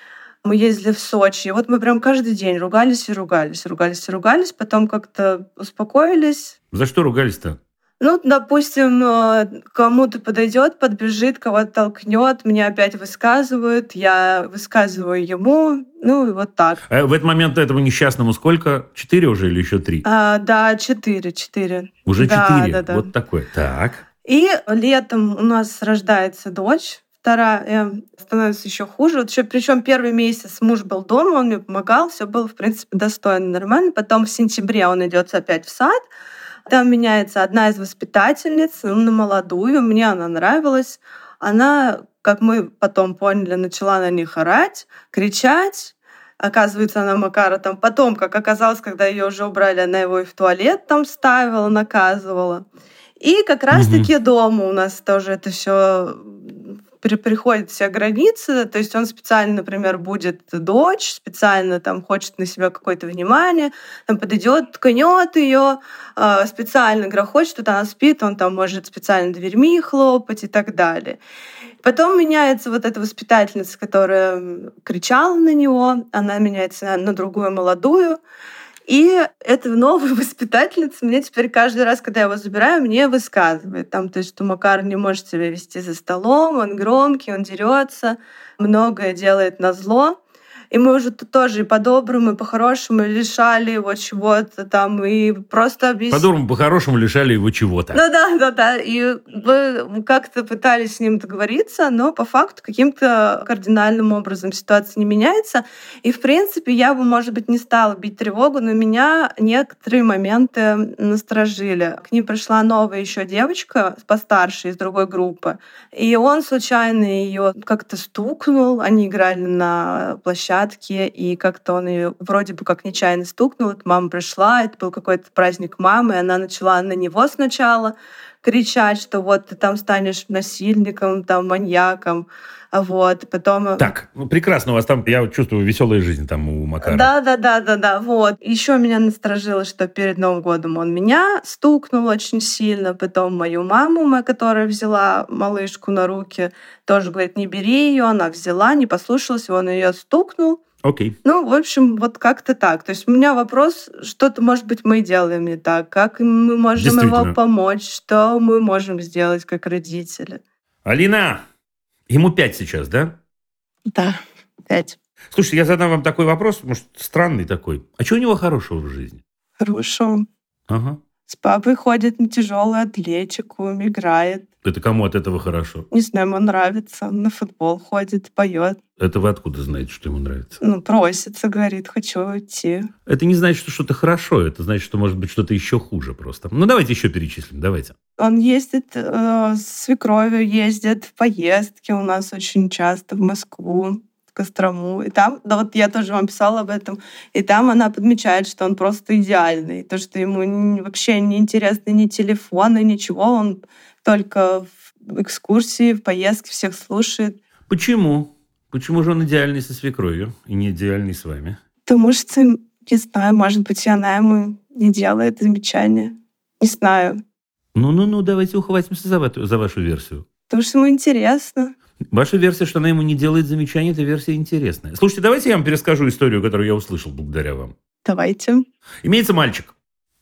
Мы ездили в Сочи, и вот мы прям каждый день ругались и ругались, ругались и ругались, потом как-то успокоились. За что ругались-то? Ну, допустим, кому-то подойдет, подбежит, кого-то толкнет, мне опять высказывают, я высказываю ему, ну и вот так. А в этот момент этому несчастному сколько? 4 уже или еще 3? Да, 4. Уже 4? Да. Вот такой. Так. И летом у нас рождается дочь, вторая становится еще хуже. Вот причем первый месяц муж был дома, он мне помогал, все было, в принципе, достойно, нормально. Потом в сентябре он идет опять в сад. Там меняется одна из воспитательниц на молодую. Мне она нравилась. Она, как мы потом поняли, начала на них орать, кричать. Оказывается, она Макара там потом, как оказалось, когда ее уже убрали, она его и в туалет там ставила, наказывала. И как раз-таки дома у нас тоже это все приходят все границы, то есть он специально, например, будет дочь, специально там хочет на себя какое-то внимание, там подойдет, ткнет ее, специально грохочет, что она спит, он там может специально дверьми хлопать и так далее. Потом меняется вот эта воспитательница, которая кричала на него, она меняется на другую молодую. И эта новая воспитательница мне теперь каждый раз, когда я его забираю, мне высказывает. Там, то есть, что Макар не может себя вести за столом, он громкий, он дерется, многое делает назло. И мы уже тут тоже и по-доброму, и по-хорошему лишали его чего-то там, и просто объяснили. По-доброму, по-хорошему лишали его чего-то. Ну да. И мы как-то пытались с ним договориться, но по факту каким-то кардинальным образом ситуация не меняется. И, в принципе, я бы, может быть, не стала бить тревогу, но меня некоторые моменты насторожили. К ним пришла новая еще девочка, постарше, из другой группы. И он случайно ее как-то стукнул. Они играли на площадке, и как-то он ее вроде бы как нечаянно стукнул. Это мама пришла, это был какой-то праздник мамы, и она начала на него сначала кричать, что вот ты там станешь насильником, там, маньяком. Вот, потом... Так, прекрасно у вас там, я чувствую, веселая жизнь там у Макара. Да, вот. Еще меня насторожило, что перед Новым годом он меня стукнул очень сильно, потом мою маму, которая взяла малышку на руки, тоже говорит, не бери ее, она взяла, не послушалась, он ее стукнул. Окей. Ну, в общем, вот как-то так. То есть у меня вопрос, что-то, может быть, мы делаем не так, как мы можем его помочь, что мы можем сделать как родители. Алина, ему 5 сейчас, да? Да, 5. Слушайте, я задам вам такой вопрос, может, странный такой. А что у него хорошего в жизни? Хорошо. Ага. С папой ходит на тяжелую атлетику, играет. Это кому от этого хорошо? Не знаю, ему нравится. Он на футбол ходит, поет. Это вы откуда знаете, что ему нравится? Ну, просится, говорит, хочу уйти. Это не значит, что что-то хорошо. Это значит, что может быть что-то еще хуже просто. Ну, давайте еще перечислим, давайте. Он ездит с свекровью, ездит в поездки у нас очень часто в Москву, в Кострому. И там, да вот я тоже вам писала об этом, и там она подмечает, что он просто идеальный. То, что ему вообще не интересны ни телефоны, ничего. Он только в экскурсии, в поездке всех слушает. Почему? Почему же он идеальный со свекровью и не идеальный с вами? Потому что, не знаю, может быть, и она ему не делает замечания. Не знаю. Ну, давайте ухватимся за вашу версию. Потому что ему интересно. Ваша версия, что она ему не делает замечаний, это версия интересная. Слушайте, давайте я вам перескажу историю, которую я услышал благодаря вам. Давайте. Имеется мальчик.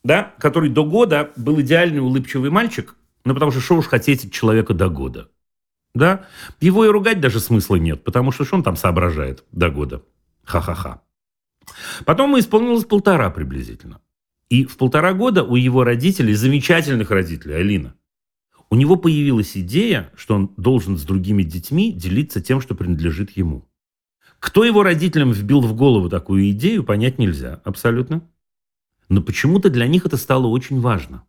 да, который до года был идеальный улыбчивый мальчик, ну, потому что уж хотеть от человека до года. Да? Его и ругать даже смысла нет, потому что он там соображает до года. Ха-ха-ха. Потом ему исполнилось 1,5 приблизительно. И в 1,5 года у его родителей, замечательных родителей, Алина, у него появилась идея, что он должен с другими детьми делиться тем, что принадлежит ему. Кто его родителям вбил в голову такую идею, понять нельзя абсолютно. Но почему-то для них это стало очень важно.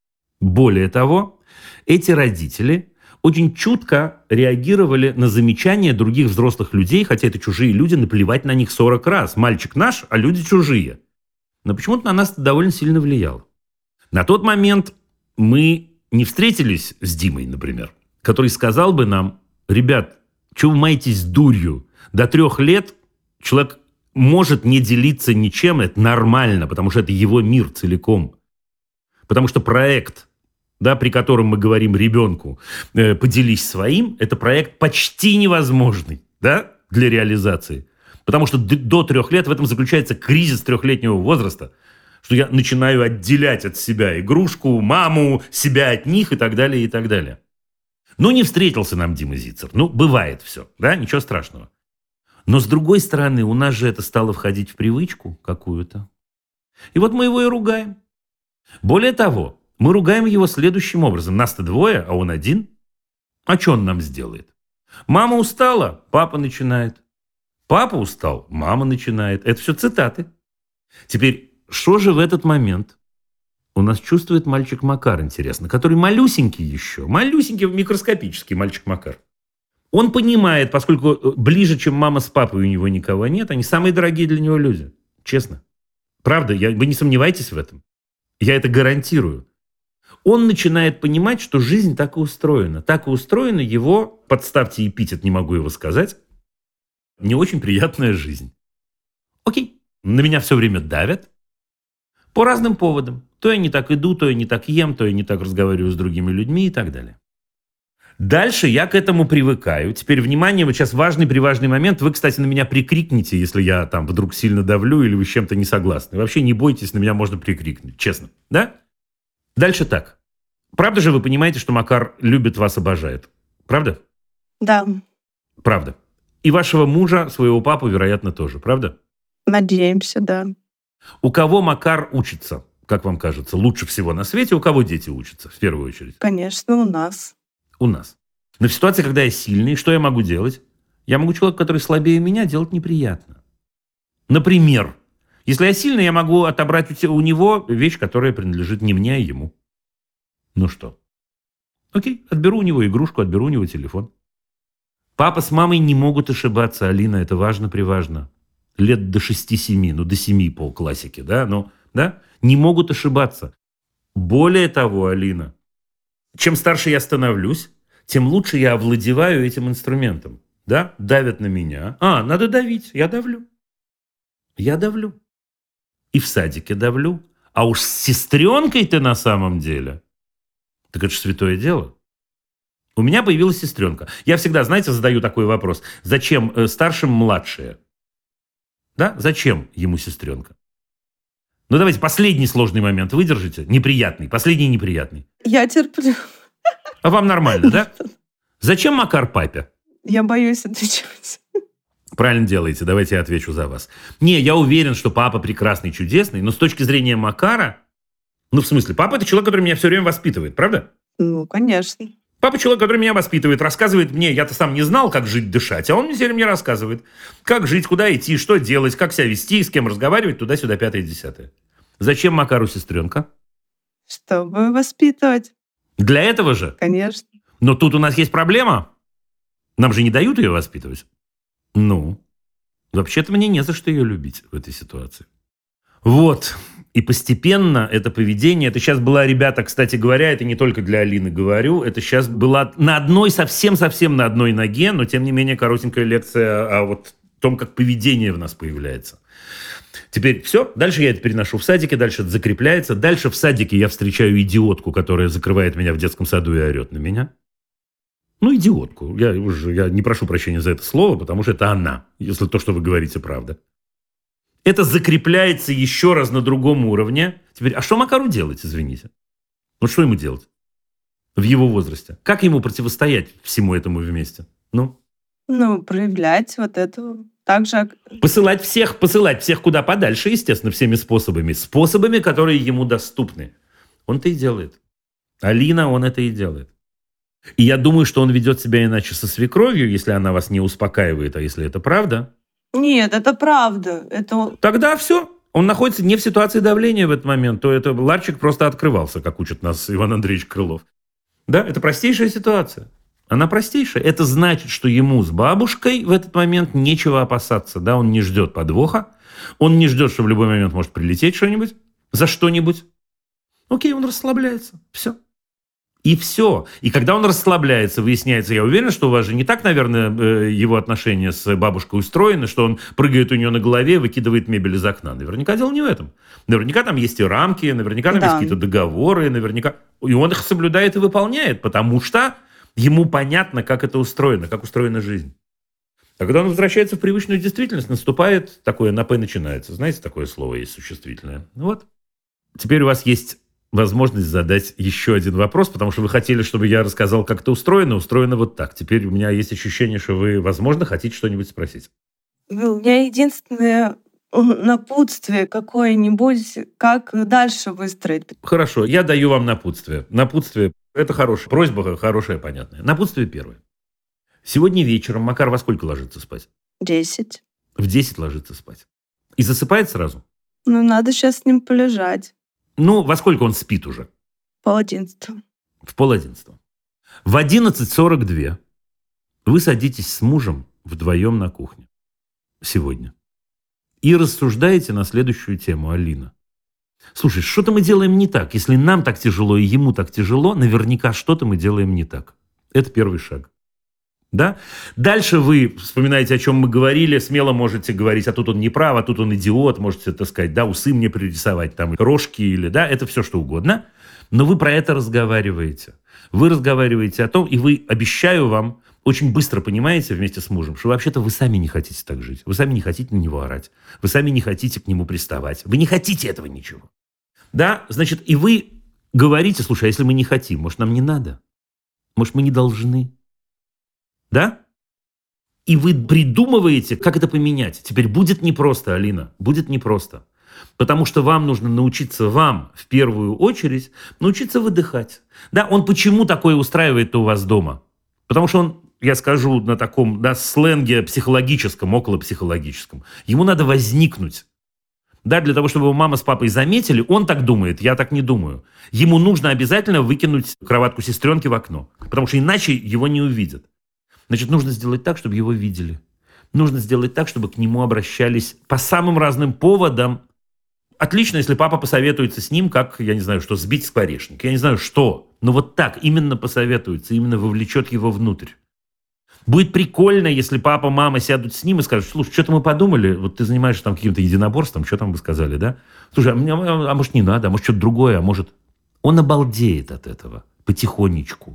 Более того, эти родители очень чутко реагировали на замечания других взрослых людей, хотя это чужие люди, наплевать на них 40 раз. Мальчик наш, а люди чужие. Но почему-то на нас это довольно сильно влияло. На тот момент мы не встретились с Димой, например, который сказал бы нам: ребят, чего вы маетесь дурью? До 3 лет человек может не делиться ничем, это нормально, потому что это его мир целиком. Потому что проект, да, при котором мы говорим ребенку «поделись своим», это проект почти невозможный, да, для реализации. Потому что до 3 лет в этом заключается кризис 3-летнего возраста, что я начинаю отделять от себя игрушку, маму, себя от них и так далее, и так далее. Ну, не встретился нам Дима Зицер. Ну, бывает все, да, ничего страшного. Но, с другой стороны, у нас же это стало входить в привычку какую-то. И вот мы его и ругаем. Более того, мы ругаем его следующим образом. Нас-то 2, а он 1. А что он нам сделает? Мама устала, папа начинает. Папа устал, мама начинает. Это все цитаты. Теперь, что же в этот момент у нас чувствует мальчик Макар, интересно, который малюсенький еще, малюсенький микроскопический мальчик Макар. Он понимает, поскольку ближе, чем мама с папой, у него никого нет, они самые дорогие для него люди. Честно. Правда, вы не сомневайтесь в этом. Я это гарантирую. Он начинает понимать, что жизнь так и устроена. Так и устроена его, подставьте эпитет, не могу его сказать, не очень приятная жизнь. Окей, на меня все время давят. По разным поводам. То я не так иду, то я не так ем, то я не так разговариваю с другими людьми и так далее. Дальше я к этому привыкаю. Теперь, внимание, вот сейчас важный момент. Вы, кстати, на меня прикрикните, если я там вдруг сильно давлю или вы с чем-то не согласны. Вообще не бойтесь, на меня можно прикрикнуть, честно. Да? Дальше так. Правда же вы понимаете, что Макар любит вас, обожает? Правда? Да, Правда. И вашего мужа, своего папу, вероятно, тоже. Правда? надеемся, да. У кого Макар учится, как вам кажется, лучше всего на свете? У кого дети учатся, в первую очередь? Конечно, у нас. У нас. Но в ситуации, когда я сильный, что я могу делать? Я могу человеку, который слабее меня, делать неприятно. Например, если я сильный, я могу отобрать у него вещь, которая принадлежит не мне, а ему. Ну что? Окей, отберу у него игрушку, отберу у него телефон. Папа с мамой не могут ошибаться, Алина, это важно-приважно. Лет до 6-7, ну до 7 по классике, да, но, да, не могут ошибаться. Более того, Алина, чем старше я становлюсь, тем лучше я овладеваю этим инструментом. Да? Давят на меня. Надо давить. Я давлю. Я давлю. И в садике давлю. А уж с сестренкой-то на самом деле. Так это же святое дело. У меня появилась сестренка. Я всегда, знаете, задаю такой вопрос. Зачем старшим младшие? Да? Зачем ему сестренка? Ну, давайте последний сложный момент выдержите. Неприятный. Последний неприятный. Я терплю. А вам нормально, да? Зачем Макар папе? Я боюсь отвечать. Правильно делаете, давайте я отвечу за вас. Не, я уверен, что папа прекрасный, чудесный, но с точки зрения Макара, ну, в смысле, папа – это человек, который меня все время воспитывает, правда? Ну, конечно. Папа – человек, который меня воспитывает, рассказывает мне, я-то сам не знал, как жить, дышать, а он мне теперь мне рассказывает, как жить, куда идти, что делать, как себя вести, с кем разговаривать, туда-сюда, 5-10. Зачем Макару сестренка? Чтобы воспитывать. Для этого же? Конечно. Но тут у нас есть проблема. Нам же не дают ее воспитывать. Ну, вообще-то мне не за что ее любить в этой ситуации. Вот. И постепенно это поведение, это сейчас была, ребята, кстати говоря, это не только для Алины говорю, это сейчас была на одной, совсем-совсем на одной ноге, но тем не менее коротенькая лекция о вот том, как поведение в нас появляется. Теперь все, дальше я это переношу в садике, дальше это закрепляется. Дальше в садике я встречаю идиотку, которая закрывает меня в детском саду и орет на меня. Ну, идиотку. Я не прошу прощения за это слово, потому что это она, если то, что вы говорите, правда. Это закрепляется еще раз на другом уровне. Теперь, а что Макару делать, извините? Вот что ему делать в его возрасте? Как ему противостоять всему этому вместе? Проявлять вот это так же. Посылать всех куда подальше, естественно, всеми способами, которые ему доступны. Он это и делает. Алина, он это и делает. И я думаю, что он ведет себя иначе со свекровью, если она вас не успокаивает, а если это правда. Нет, это правда. Тогда все. Он находится не в ситуации давления в этот момент, то это ларчик просто открывался, как учит нас Иван Андреевич Крылов. Да, это простейшая ситуация. Она простейшая. Это значит, что ему с бабушкой в этот момент нечего опасаться. Да, он не ждет подвоха. Он не ждет, что в любой момент может прилететь что-нибудь за что-нибудь. Окей, он расслабляется. Все. И все. И когда он расслабляется, выясняется, я уверен, что у вас же не так, наверное, его отношения с бабушкой устроены, что он прыгает у нее на голове и выкидывает мебель из окна. Наверняка дело не в этом. Наверняка там есть и рамки, наверняка там есть какие-то договоры, наверняка... И он их соблюдает и выполняет, потому что ему понятно, как это устроено, как устроена жизнь. А когда он возвращается в привычную действительность, наступает такое «на П» начинается. Знаете, такое слово есть существительное. Вот. Теперь у вас есть возможность задать еще один вопрос, потому что вы хотели, чтобы я рассказал, как это устроено. Устроено вот так. Теперь у меня есть ощущение, что вы, возможно, хотите что-нибудь спросить. У меня единственное напутствие какое-нибудь, как дальше выстроить. Хорошо, я даю вам напутствие. Напутствие – это хорошая просьба, хорошая, понятная. Напутствие первое. Сегодня вечером Макар во сколько ложится спать? 10. В 10 ложится спать. И засыпает сразу? Надо сейчас с ним полежать. Во сколько он спит уже? 10:30. В 10:30. В 11:42 вы садитесь с мужем вдвоем на кухне. Сегодня. И рассуждаете на следующую тему, Алина. Слушай, что-то мы делаем не так. Если нам так тяжело и ему так тяжело, наверняка что-то мы делаем не так. Это первый шаг. Да? Дальше вы вспоминаете, о чем мы говорили, смело можете говорить, а тут он не прав, а тут он идиот, можете, так сказать, да, усы мне пририсовать, там, рожки или, да, это все что угодно. Но вы про это разговариваете. Вы разговариваете о том, и вы, обещаю вам, очень быстро понимаете вместе с мужем, что вообще-то вы сами не хотите так жить. Вы сами не хотите на него орать. Вы сами не хотите к нему приставать. Вы не хотите этого ничего. Да? Значит, и вы говорите, слушай, а если мы не хотим, может, нам не надо? Может, мы не должны? Да? И вы придумываете, как это поменять. Теперь будет непросто, Алина, будет непросто. Потому что вам нужно научиться, вам в первую очередь, научиться выдыхать. Да, он почему такое устраивает-то у вас дома? Потому что он, я скажу на таком, да, сленге психологическом, околопсихологическом, ему надо возникнуть. Да, для того, чтобы его мама с папой заметили, он так думает, я так не думаю. Ему нужно обязательно выкинуть кроватку сестренки в окно, потому что иначе его не увидят. Значит, нужно сделать так, чтобы его видели. Нужно сделать так, чтобы к нему обращались по самым разным поводам. Отлично, если папа посоветуется с ним, как, я не знаю, что, сбить скворечник. Я не знаю, что. Но вот так именно посоветуется, именно вовлечет его внутрь. Будет прикольно, если папа, мама сядут с ним и скажут, слушай, что-то мы подумали, вот ты занимаешься там каким-то единоборством, что там вы сказали, да? Слушай, а может не надо, а может что-то другое, а может... Он обалдеет от этого потихонечку.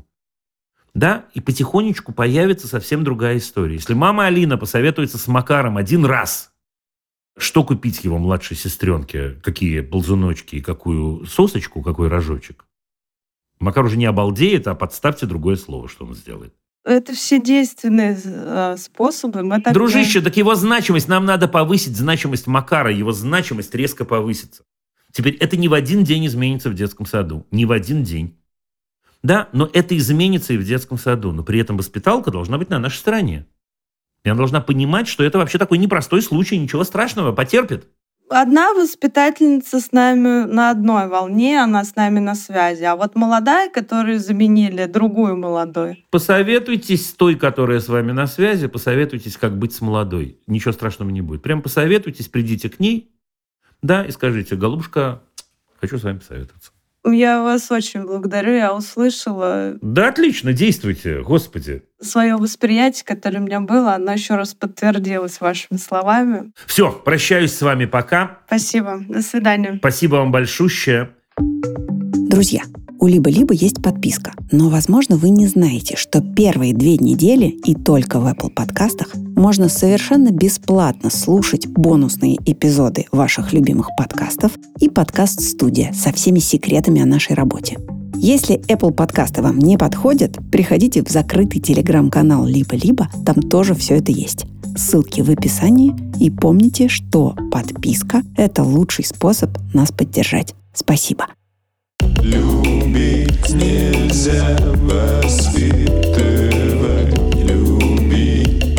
Да, и потихонечку появится совсем другая история. Если мама Алина посоветуется с Макаром один раз, что купить его младшей сестренке, какие ползуночки и какую сосочку, какой рожочек, Макар уже не обалдеет, а подставьте другое слово, что он сделает. Это все действенные способы. Дружище, так его значимость, нам надо повысить значимость Макара, его значимость резко повысится. Теперь это не в один день изменится в детском саду, не в один день. Да, но это изменится и в детском саду. Но при этом воспиталка должна быть на нашей стороне. И она должна понимать, что это вообще такой непростой случай, ничего страшного, потерпит. Одна воспитательница с нами на одной волне, она с нами на связи. А вот молодая, которую заменили, другую молодую. Посоветуйтесь с той, которая с вами на связи, посоветуйтесь, как быть с молодой. Ничего страшного не будет. Прям посоветуйтесь, придите к ней, да, и скажите, голубушка, хочу с вами посоветоваться. Я вас очень благодарю, я услышала. Да, отлично, действуйте, Господи. Свое восприятие, которое у меня было, оно еще раз подтвердилось вашими словами. Все, прощаюсь с вами пока. Спасибо, до свидания. Спасибо вам большущее. Друзья, У Либо-Либо есть подписка, но, возможно, вы не знаете, что первые 2 недели и только в Apple подкастах можно совершенно бесплатно слушать бонусные эпизоды ваших любимых подкастов и подкаст-студия со всеми секретами о нашей работе. Если Apple подкасты вам не подходят, приходите в закрытый телеграм-канал Либо-Либо, там тоже все это есть. Ссылки в описании, и помните, что подписка – это лучший способ нас поддержать. Спасибо. Любить нельзя воспитывать, любить,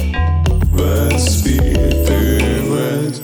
воспитывать.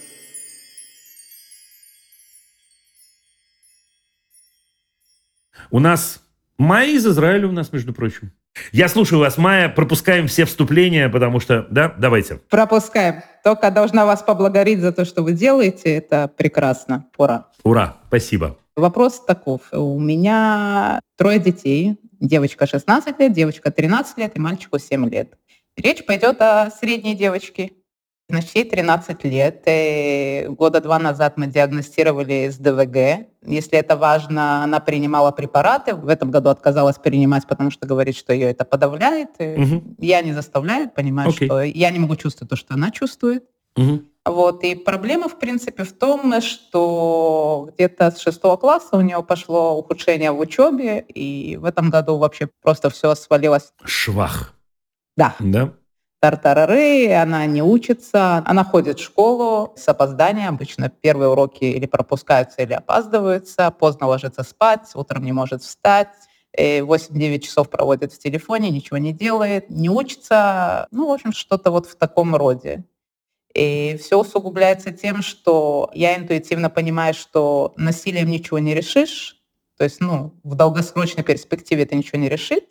У нас Майя из Израиля у нас, между прочим. Я слушаю вас, Майя, пропускаем все вступления, потому что... Да, давайте. Пропускаем. Только должна вас поблагодарить за то, что вы делаете. Это прекрасно. Ура. Ура, спасибо. Вопрос таков. У меня 3 детей. Девочка 16 лет, девочка 13 лет и мальчику 7 лет. Речь пойдет о средней девочке. Значит, ей 13 лет. 2 года назад мы диагностировали СДВГ. Если это важно, она принимала препараты. В этом году отказалась принимать, потому что говорит, что ее это подавляет. Я не заставляю, понимаю, что я не могу чувствовать то, что она чувствует. Вот. И проблема, в принципе, в том, что где-то с 6 класса у нее пошло ухудшение в учебе, и в этом году вообще просто все свалилось. Швах. Да. Да. Тартарары, она не учится, она ходит в школу с опозданием, обычно первые уроки или пропускаются, или опаздываются, поздно ложится спать, утром не может встать, 8-9 часов проводит в телефоне, ничего не делает, не учится, в общем, что-то вот в таком роде. И все усугубляется тем, что я интуитивно понимаю, что насилием ничего не решишь, то есть, в долгосрочной перспективе это ничего не решит,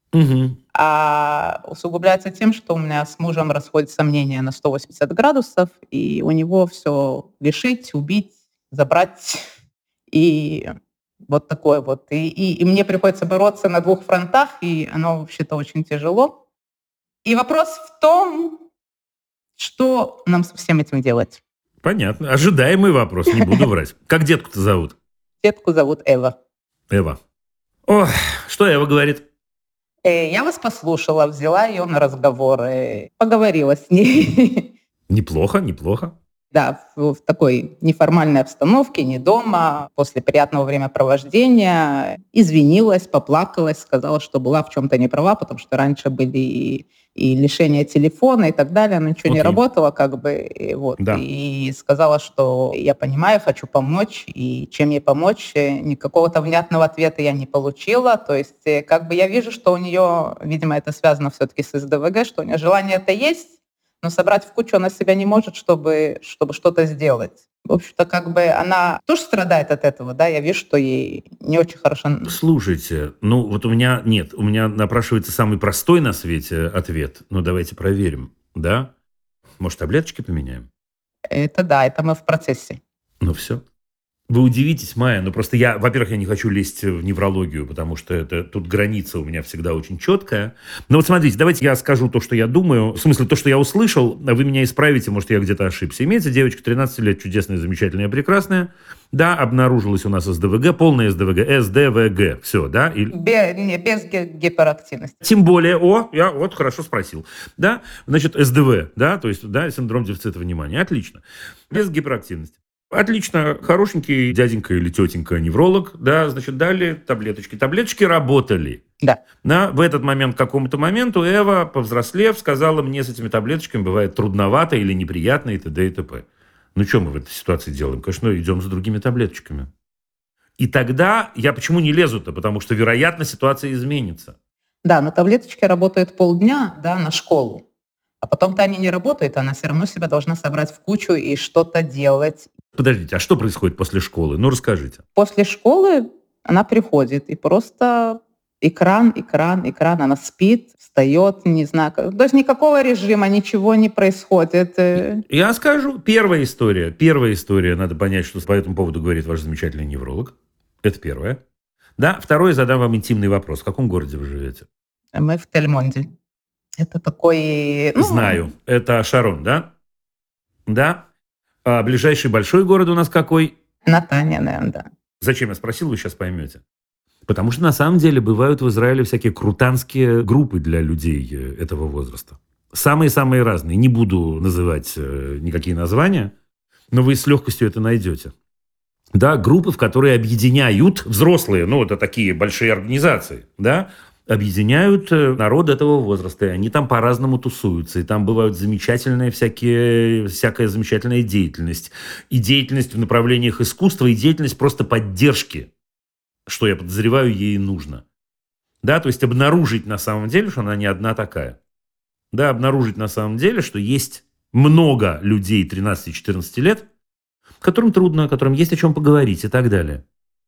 а усугубляется тем, что у меня с мужем расходятся мнения на 180 градусов, и у него все лишить, убить, забрать, и вот такое вот. И мне приходится бороться на 2 фронтах, и оно вообще-то очень тяжело. И вопрос в том, что нам со всем этим делать. Понятно. Ожидаемый вопрос, не буду врать. Как детку-то зовут? Детку зовут Эва. Эва. Ох, что Эва говорит? Я вас послушала, взяла ее на разговор, поговорила с ней. Неплохо, неплохо. Да, в такой неформальной обстановке, не дома, после приятного времяпровождения. Извинилась, поплакалась, сказала, что была в чем-то не права, потому что раньше были и лишение телефона и так далее, но ничего не работало, Да. И сказала, что я понимаю, хочу помочь, и чем ей помочь, никакого-то внятного ответа я не получила, то есть я вижу, что у нее, видимо, это связано все-таки с СДВГ, что у нее желание это есть, но собрать в кучу она себя не может, чтобы что-то сделать. В общем-то, она тоже страдает от этого, да, я вижу, что ей не очень хорошо. Слушайте, вот у меня напрашивается самый простой на свете ответ, давайте проверим, да? Может, таблеточки поменяем? Это мы в процессе. Все. Вы удивитесь, Майя, просто во-первых, я не хочу лезть в неврологию, потому что тут граница у меня всегда очень четкая. Но вот смотрите, давайте я скажу то, что я думаю. В смысле, то, что я услышал, а вы меня исправите, может, я где-то ошибся. Имеется девочка 13 лет, чудесная, замечательная, прекрасная. Да, обнаружилась у нас СДВГ, полная СДВГ, СДВГ. Все, да? Без гиперактивности. Тем более, я хорошо спросил. Да, значит, СДВ, да, то есть, да, синдром дефицита внимания. Отлично. Без гиперактивности. Отлично, хорошенький дяденька или тетенька невролог, да, значит, дали таблеточки. Таблеточки работали. Да. В этот момент, к какому-то моменту, Эва, повзрослев, сказала, мне с этими таблеточками бывает трудновато или неприятно и т.д. и т.п. Что мы в этой ситуации делаем? Конечно, идем за другими таблеточками. И тогда я почему не лезу-то? Потому что, вероятно, ситуация изменится. Да, но таблеточки работают полдня, да, на школу. А потом-то они не работают, она все равно себя должна собрать в кучу и что-то делать. Подождите, а что происходит после школы? Расскажите. После школы она приходит и просто экран, она спит, встает, не знаю. То есть никакого режима, ничего не происходит. Я скажу, первая история, надо понять, что по этому поводу говорит ваш замечательный невролог. Это первое. Да, второе, задам вам интимный вопрос. В каком городе вы живете? Мы в Тель-Монде. Это такой... Знаю. Это Шарон, да? Да. А ближайший большой город у нас какой? Натания, наверное, да. Зачем я спросил, вы сейчас поймете. Потому что на самом деле бывают в Израиле всякие крутанские группы для людей этого возраста. Самые-самые разные. Не буду называть никакие названия, но вы с легкостью это найдете. Да, группы, в которые объединяют взрослые, ну, это такие большие организации, да, объединяют народ этого возраста, и они там по-разному тусуются, и там бывают всякая замечательная деятельность, и деятельность в направлениях искусства, и деятельность просто поддержки, что, я подозреваю, ей нужно. Да, то есть обнаружить на самом деле, что она не одна такая. Да, обнаружить на самом деле, что есть много людей 13-14 лет, которым трудно, которым есть о чем поговорить и так далее.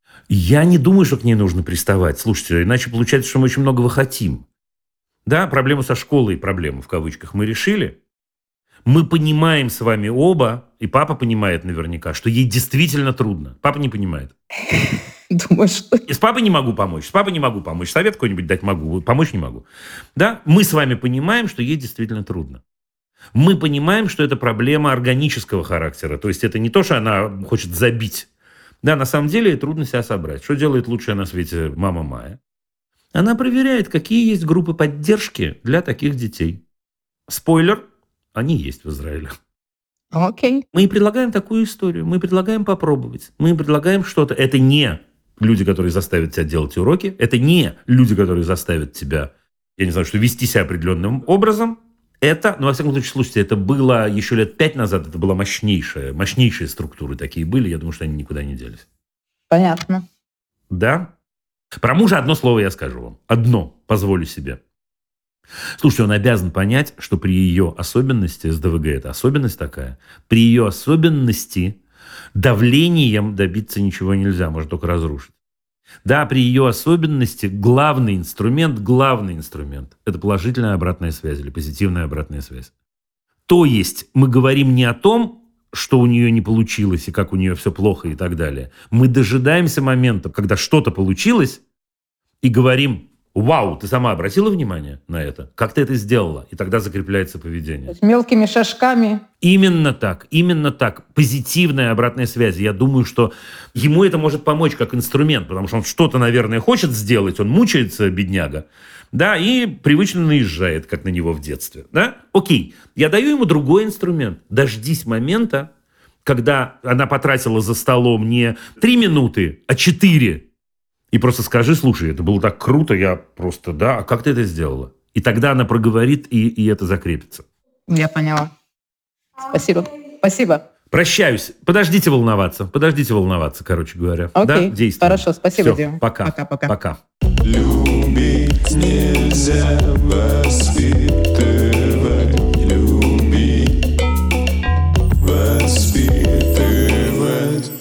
Я не думаю, что к ней нужно приставать. Слушайте, иначе получается, что мы очень многого хотим. Да, проблему со школой, проблему в кавычках, мы решили. Мы понимаем с вами оба, и папа понимает наверняка, что ей действительно трудно. Папа не понимает. Думаю, что... И с папой не могу помочь, совет какой-нибудь дать могу, помочь не могу. Да, мы с вами понимаем, что ей действительно трудно. Мы понимаем, что это проблема органического характера. То есть это не то, что она хочет забить. Да, на самом деле ей трудно себя собрать. Что делает лучшая на свете мама Майя? Она проверяет, какие есть группы поддержки для таких детей. Спойлер, они есть в Израиле. Окей. Мы предлагаем такую историю, мы предлагаем попробовать, мы предлагаем что-то. Это не люди, которые заставят тебя делать уроки, это не люди, которые заставят тебя, я не знаю, что вести себя определенным образом. Это, ну, во всяком случае, слушайте, это было еще лет 5 назад, это была мощнейшие структуры такие были, я думаю, что они никуда не делись. Понятно. Да? Про мужа одно слово я скажу вам. Одно, позволю себе. Слушайте, он обязан понять, что при ее особенности, СДВГ это особенность такая, при ее особенности давлением добиться ничего нельзя, можно только разрушить. Да, при ее особенности главный инструмент – это положительная обратная связь или позитивная обратная связь. То есть мы говорим не о том, что у нее не получилось и как у нее все плохо и так далее. Мы дожидаемся момента, когда что-то получилось, и говорим: вау, ты сама обратила внимание на это? Как ты это сделала? И тогда закрепляется поведение. Мелкими шажками. Именно так. Позитивная обратная связь. Я думаю, что ему это может помочь как инструмент, потому что он что-то, наверное, хочет сделать, он мучается, бедняга, да, и привычно наезжает, как на него в детстве. Да? Окей, я даю ему другой инструмент. Дождись момента, когда она потратила за столом не 3 минуты, а 4. И просто скажи: слушай, это было так круто, я просто, да, а как ты это сделала? И тогда она проговорит, и это закрепится. Я поняла. Спасибо. Прощаюсь. Подождите волноваться, короче говоря. Окей, да? Действуем. Хорошо, спасибо, Всё, Дима. Пока. Любить нельзя воспитывать, любить, воспитывать.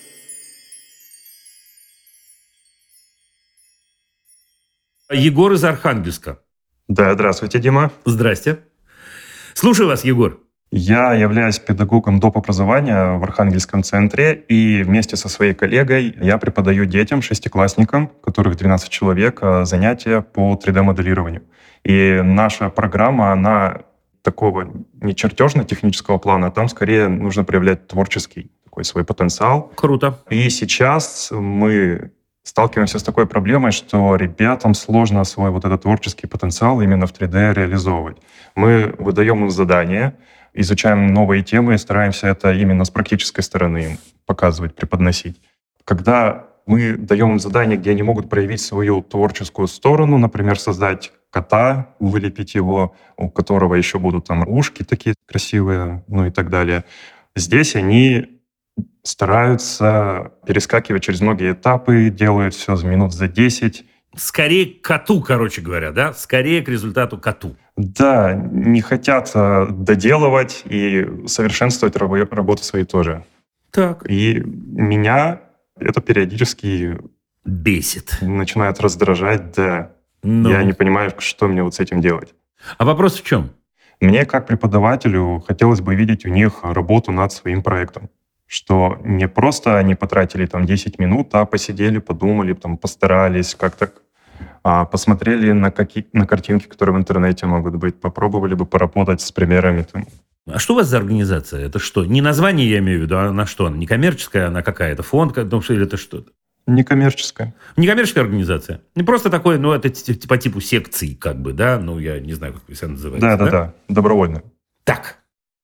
Егор из Архангельска. Да, здравствуйте, Дима. Здрасте. Слушаю вас, Егор. Я являюсь педагогом доп. Образования в Архангельском центре, и вместе со своей коллегой я преподаю детям, 6-классникам, которых 12 человек, занятия по 3D-моделированию. И наша программа, она такого не чертежно-технического плана, а там скорее нужно проявлять творческий такой свой потенциал. Круто. И сейчас мы сталкиваемся с такой проблемой, что ребятам сложно свой вот этот творческий потенциал именно в 3D реализовывать. Мы выдаем им задания, изучаем новые темы и стараемся это именно с практической стороны им показывать, преподносить. Когда мы даем им задания, где они могут проявить свою творческую сторону, например, создать кота, вылепить его, у которого еще будут там ушки такие красивые, ну и так далее. Здесь они стараются перескакивать через многие этапы, делают все минут за 10. Скорее к коту, короче говоря, да? Скорее к результату коту. Да, не хотят доделывать и совершенствовать работу свои тоже. Так. И меня это периодически бесит. Начинает раздражать, да. Ну. Я не понимаю, что мне вот с этим делать. А вопрос в чем? Мне, как преподавателю, хотелось бы видеть у них работу над своим проектом. Что не просто они потратили там 10 минут, а посидели, подумали, там, постарались как-то, посмотрели на картинки, которые в интернете могут быть, попробовали бы поработать с примерами. Там. А что у вас за организация? Это что? Не название, я имею в виду, а она что? Она не коммерческая, она какая-то фонд, или это что-то? Некоммерческая. Некоммерческая организация. Не просто такое, ну, это по типу секций, как бы, да? Ну, я не знаю, как вы себя называете. Да, добровольно. Так,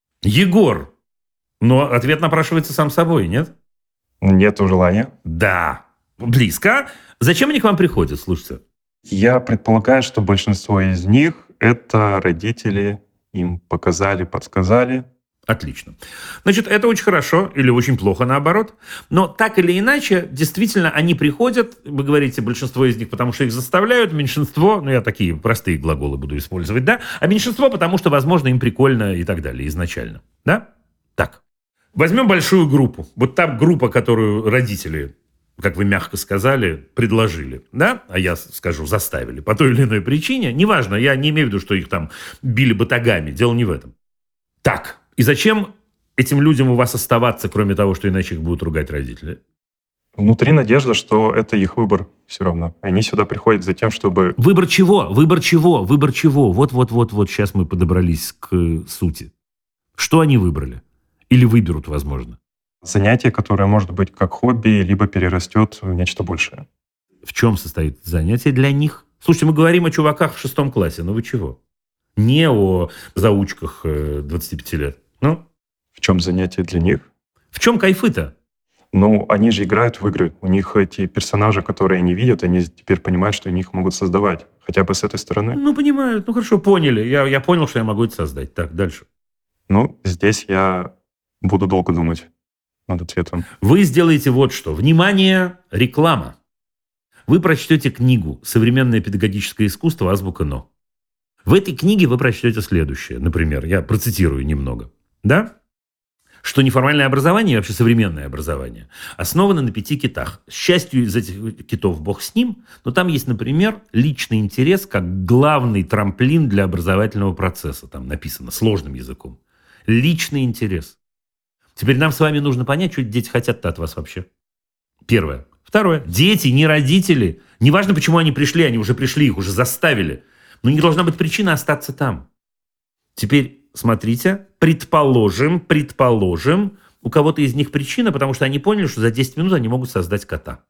Егор. Но ответ напрашивается сам собой, нет? Нету желания. Да. Близко. Зачем они к вам приходят, слушайте? Я предполагаю, что большинство из них — это родители, им показали, подсказали. Отлично. Значит, это очень хорошо или очень плохо, наоборот. Но так или иначе, действительно, они приходят, вы говорите, большинство из них, потому что их заставляют, меньшинство, ну, я такие простые глаголы буду использовать, да, а меньшинство, потому что, возможно, им прикольно и так далее изначально, да? Так. Возьмем большую группу. Вот та группа, которую родители, как вы мягко сказали, предложили, да, а я скажу, заставили по той или иной причине. Неважно, я не имею в виду, что их там били батагами, дело не в этом. Так, и зачем этим людям у вас оставаться, кроме того, что иначе их будут ругать родители? Внутри надежда, что это их выбор все равно. Они сюда приходят за тем, чтобы... Выбор чего? Выбор чего? Выбор чего? Вот, сейчас мы подобрались к сути. Что они выбрали? Или выберут, возможно? Занятие, которое может быть как хобби, либо перерастет в нечто большее. В чем состоит занятие для них? Слушайте, мы говорим о чуваках в 6 классе, но вы чего? Не о заучках 25 лет. Ну? В чем занятие для них? В чем кайфы-то? Ну, они же играют в игры. У них эти персонажи, которые они видят, они теперь понимают, что они их могут создавать. Хотя бы с этой стороны. Ну, понимают. Ну, хорошо, поняли. Я понял, что я могу это создать. Так, дальше. Ну, здесь я буду долго думать над ответом. Вы сделаете вот что. Внимание, реклама. Вы прочтете книгу «Современное педагогическое искусство. Азбука НО». В этой книге вы прочтете следующее. Например, я процитирую немного. Да? Что неформальное образование, вообще современное образование, основано на 5 китах. С частью из этих китов бог с ним, но там есть, например, личный интерес как главный трамплин для образовательного процесса. Там написано сложным языком. Личный интерес. Теперь нам с вами нужно понять, что дети хотят-то от вас вообще. Первое. Второе. Дети, не родители. Неважно, почему они пришли, они уже пришли, их уже заставили. Но не должна быть причина остаться там. Теперь смотрите, предположим, у кого-то из них причина, потому что они поняли, что за 10 минут они могут создать кота.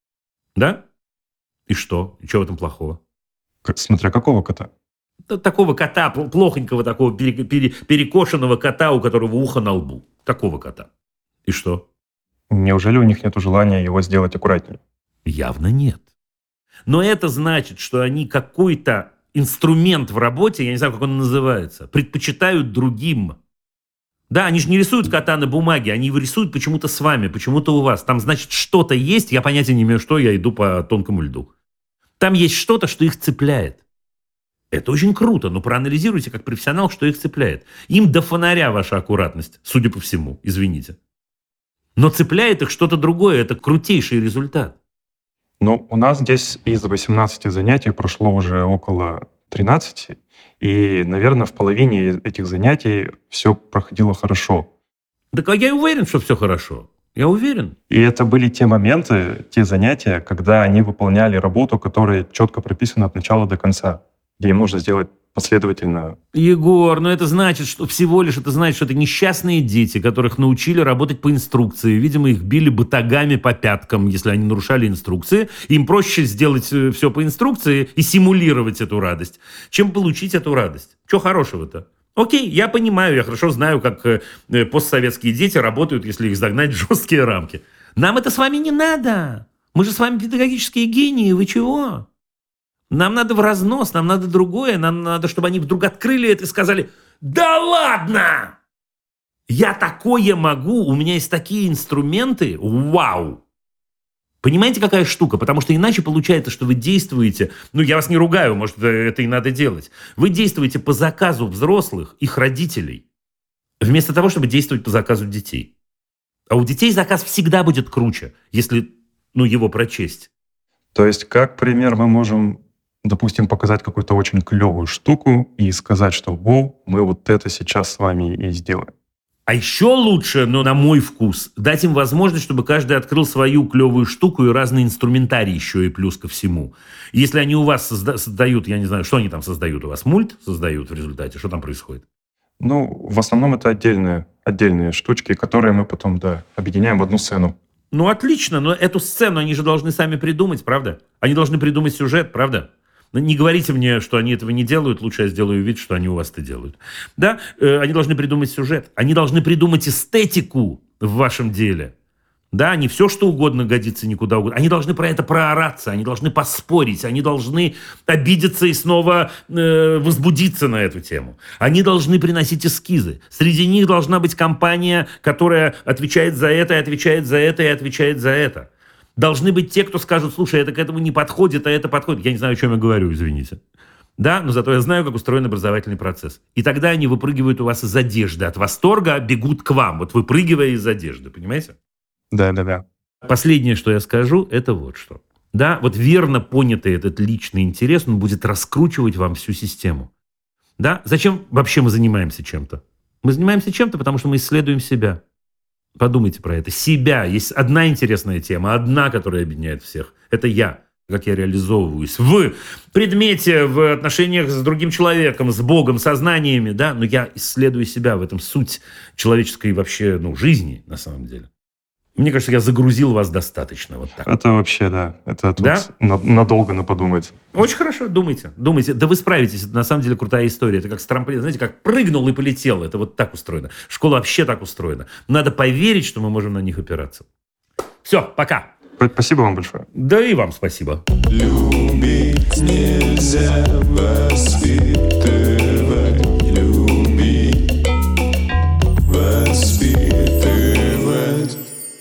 Да? И что? И что в этом плохого? Смотря какого кота? Такого кота, плохонького такого перекошенного кота, у которого ухо на лбу. Такого кота. И что? Неужели у них нет желания его сделать аккуратнее? Явно нет. Но это значит, что они какой-то инструмент в работе, я не знаю, как он называется, предпочитают другим. Да, они же не рисуют кота на бумаге, они его рисуют почему-то с вами, почему-то у вас. Там, значит, что-то есть, я понятия не имею, что, я иду по тонкому льду. Там есть что-то, что их цепляет. Это очень круто, но проанализируйте как профессионал, что их цепляет. Им до фонаря ваша аккуратность, судя по всему, извините. Но цепляет их что-то другое, это крутейший результат. Ну, у нас здесь из 18 занятий прошло уже около 13, и, наверное, в половине этих занятий все проходило хорошо. Так я уверен, что все хорошо. Я уверен. И это были те моменты, те занятия, когда они выполняли работу, которая четко прописана от начала до конца, где им нужно сделать последовательно. Егор, ну это значит, что всего лишь это значит, что это несчастные дети, которых научили работать по инструкции. Видимо, их били батагами по пяткам, если они нарушали инструкции. Им проще сделать все по инструкции и симулировать эту радость, чем получить эту радость. Чего хорошего-то? Окей, я понимаю, я хорошо знаю, как постсоветские дети работают, если их загнать в жесткие рамки. Нам это с вами не надо. Мы же с вами педагогические гении, вы чего? Нам надо в разнос, нам надо другое, нам надо, чтобы они вдруг открыли это и сказали: «Да ладно! Я такое могу, у меня есть такие инструменты, вау!» Понимаете, какая штука? Потому что иначе получается, что вы действуете, ну, я вас не ругаю, может, это и надо делать. Вы действуете по заказу взрослых, их родителей, вместо того, чтобы действовать по заказу детей. А у детей заказ всегда будет круче, если, его прочесть. То есть, как пример, мы можем, допустим, показать какую-то очень клевую штуку и сказать, что мы вот это сейчас с вами и сделаем. А еще лучше, на мой вкус, дать им возможность, чтобы каждый открыл свою клевую штуку и разный инструментарий еще и плюс ко всему. Если они у вас создают, я не знаю, что они там создают у вас, мульт создают в результате, что там происходит? В основном это отдельные штучки, которые мы потом, объединяем в одну сцену. Ну, отлично, но эту сцену они же должны сами придумать, правда? Они должны придумать сюжет, правда? Ну, не говорите мне, что они этого не делают, лучше я сделаю вид, что они у вас это делают. Да, они должны придумать сюжет, они должны придумать эстетику в вашем деле. Да, не все, что угодно годится никуда угодно. Они должны про это проораться, они должны поспорить, они должны обидеться и снова возбудиться на эту тему. Они должны приносить эскизы. Среди них должна быть компания, которая отвечает за это, и отвечает за это, и отвечает за это. Должны быть те, кто скажут: слушай, это к этому не подходит, а это подходит. Я не знаю, о чем я говорю, извините. Да, но зато я знаю, как устроен образовательный процесс. И тогда они выпрыгивают у вас из одежды. От восторга бегут к вам, вот выпрыгивая из одежды, понимаете? Да. Последнее, что я скажу, это вот что. Да, вот верно понятый этот личный интерес, он будет раскручивать вам всю систему. Да, зачем вообще мы занимаемся чем-то? Мы занимаемся чем-то, потому что мы исследуем себя. Подумайте про это. Себя. Есть одна интересная тема, одна, которая объединяет всех. Это я. Как я реализовываюсь в предмете, в отношениях с другим человеком, с Богом, со знаниями, да, но я исследую себя, в этом суть человеческой вообще, жизни, на самом деле. Мне кажется, я загрузил вас достаточно вот так. Это вообще, да. Это тут Да? надолго на подумать. Очень хорошо, думайте. Да вы справитесь, это на самом деле крутая история. Это как с трамплина, знаете, как прыгнул и полетел. Это вот так устроено. Школа вообще так устроена. Надо поверить, что мы можем на них опираться. Все, пока. Спасибо вам большое. Да и вам спасибо. Любить нельзя воспитывать, любить, воспитывать.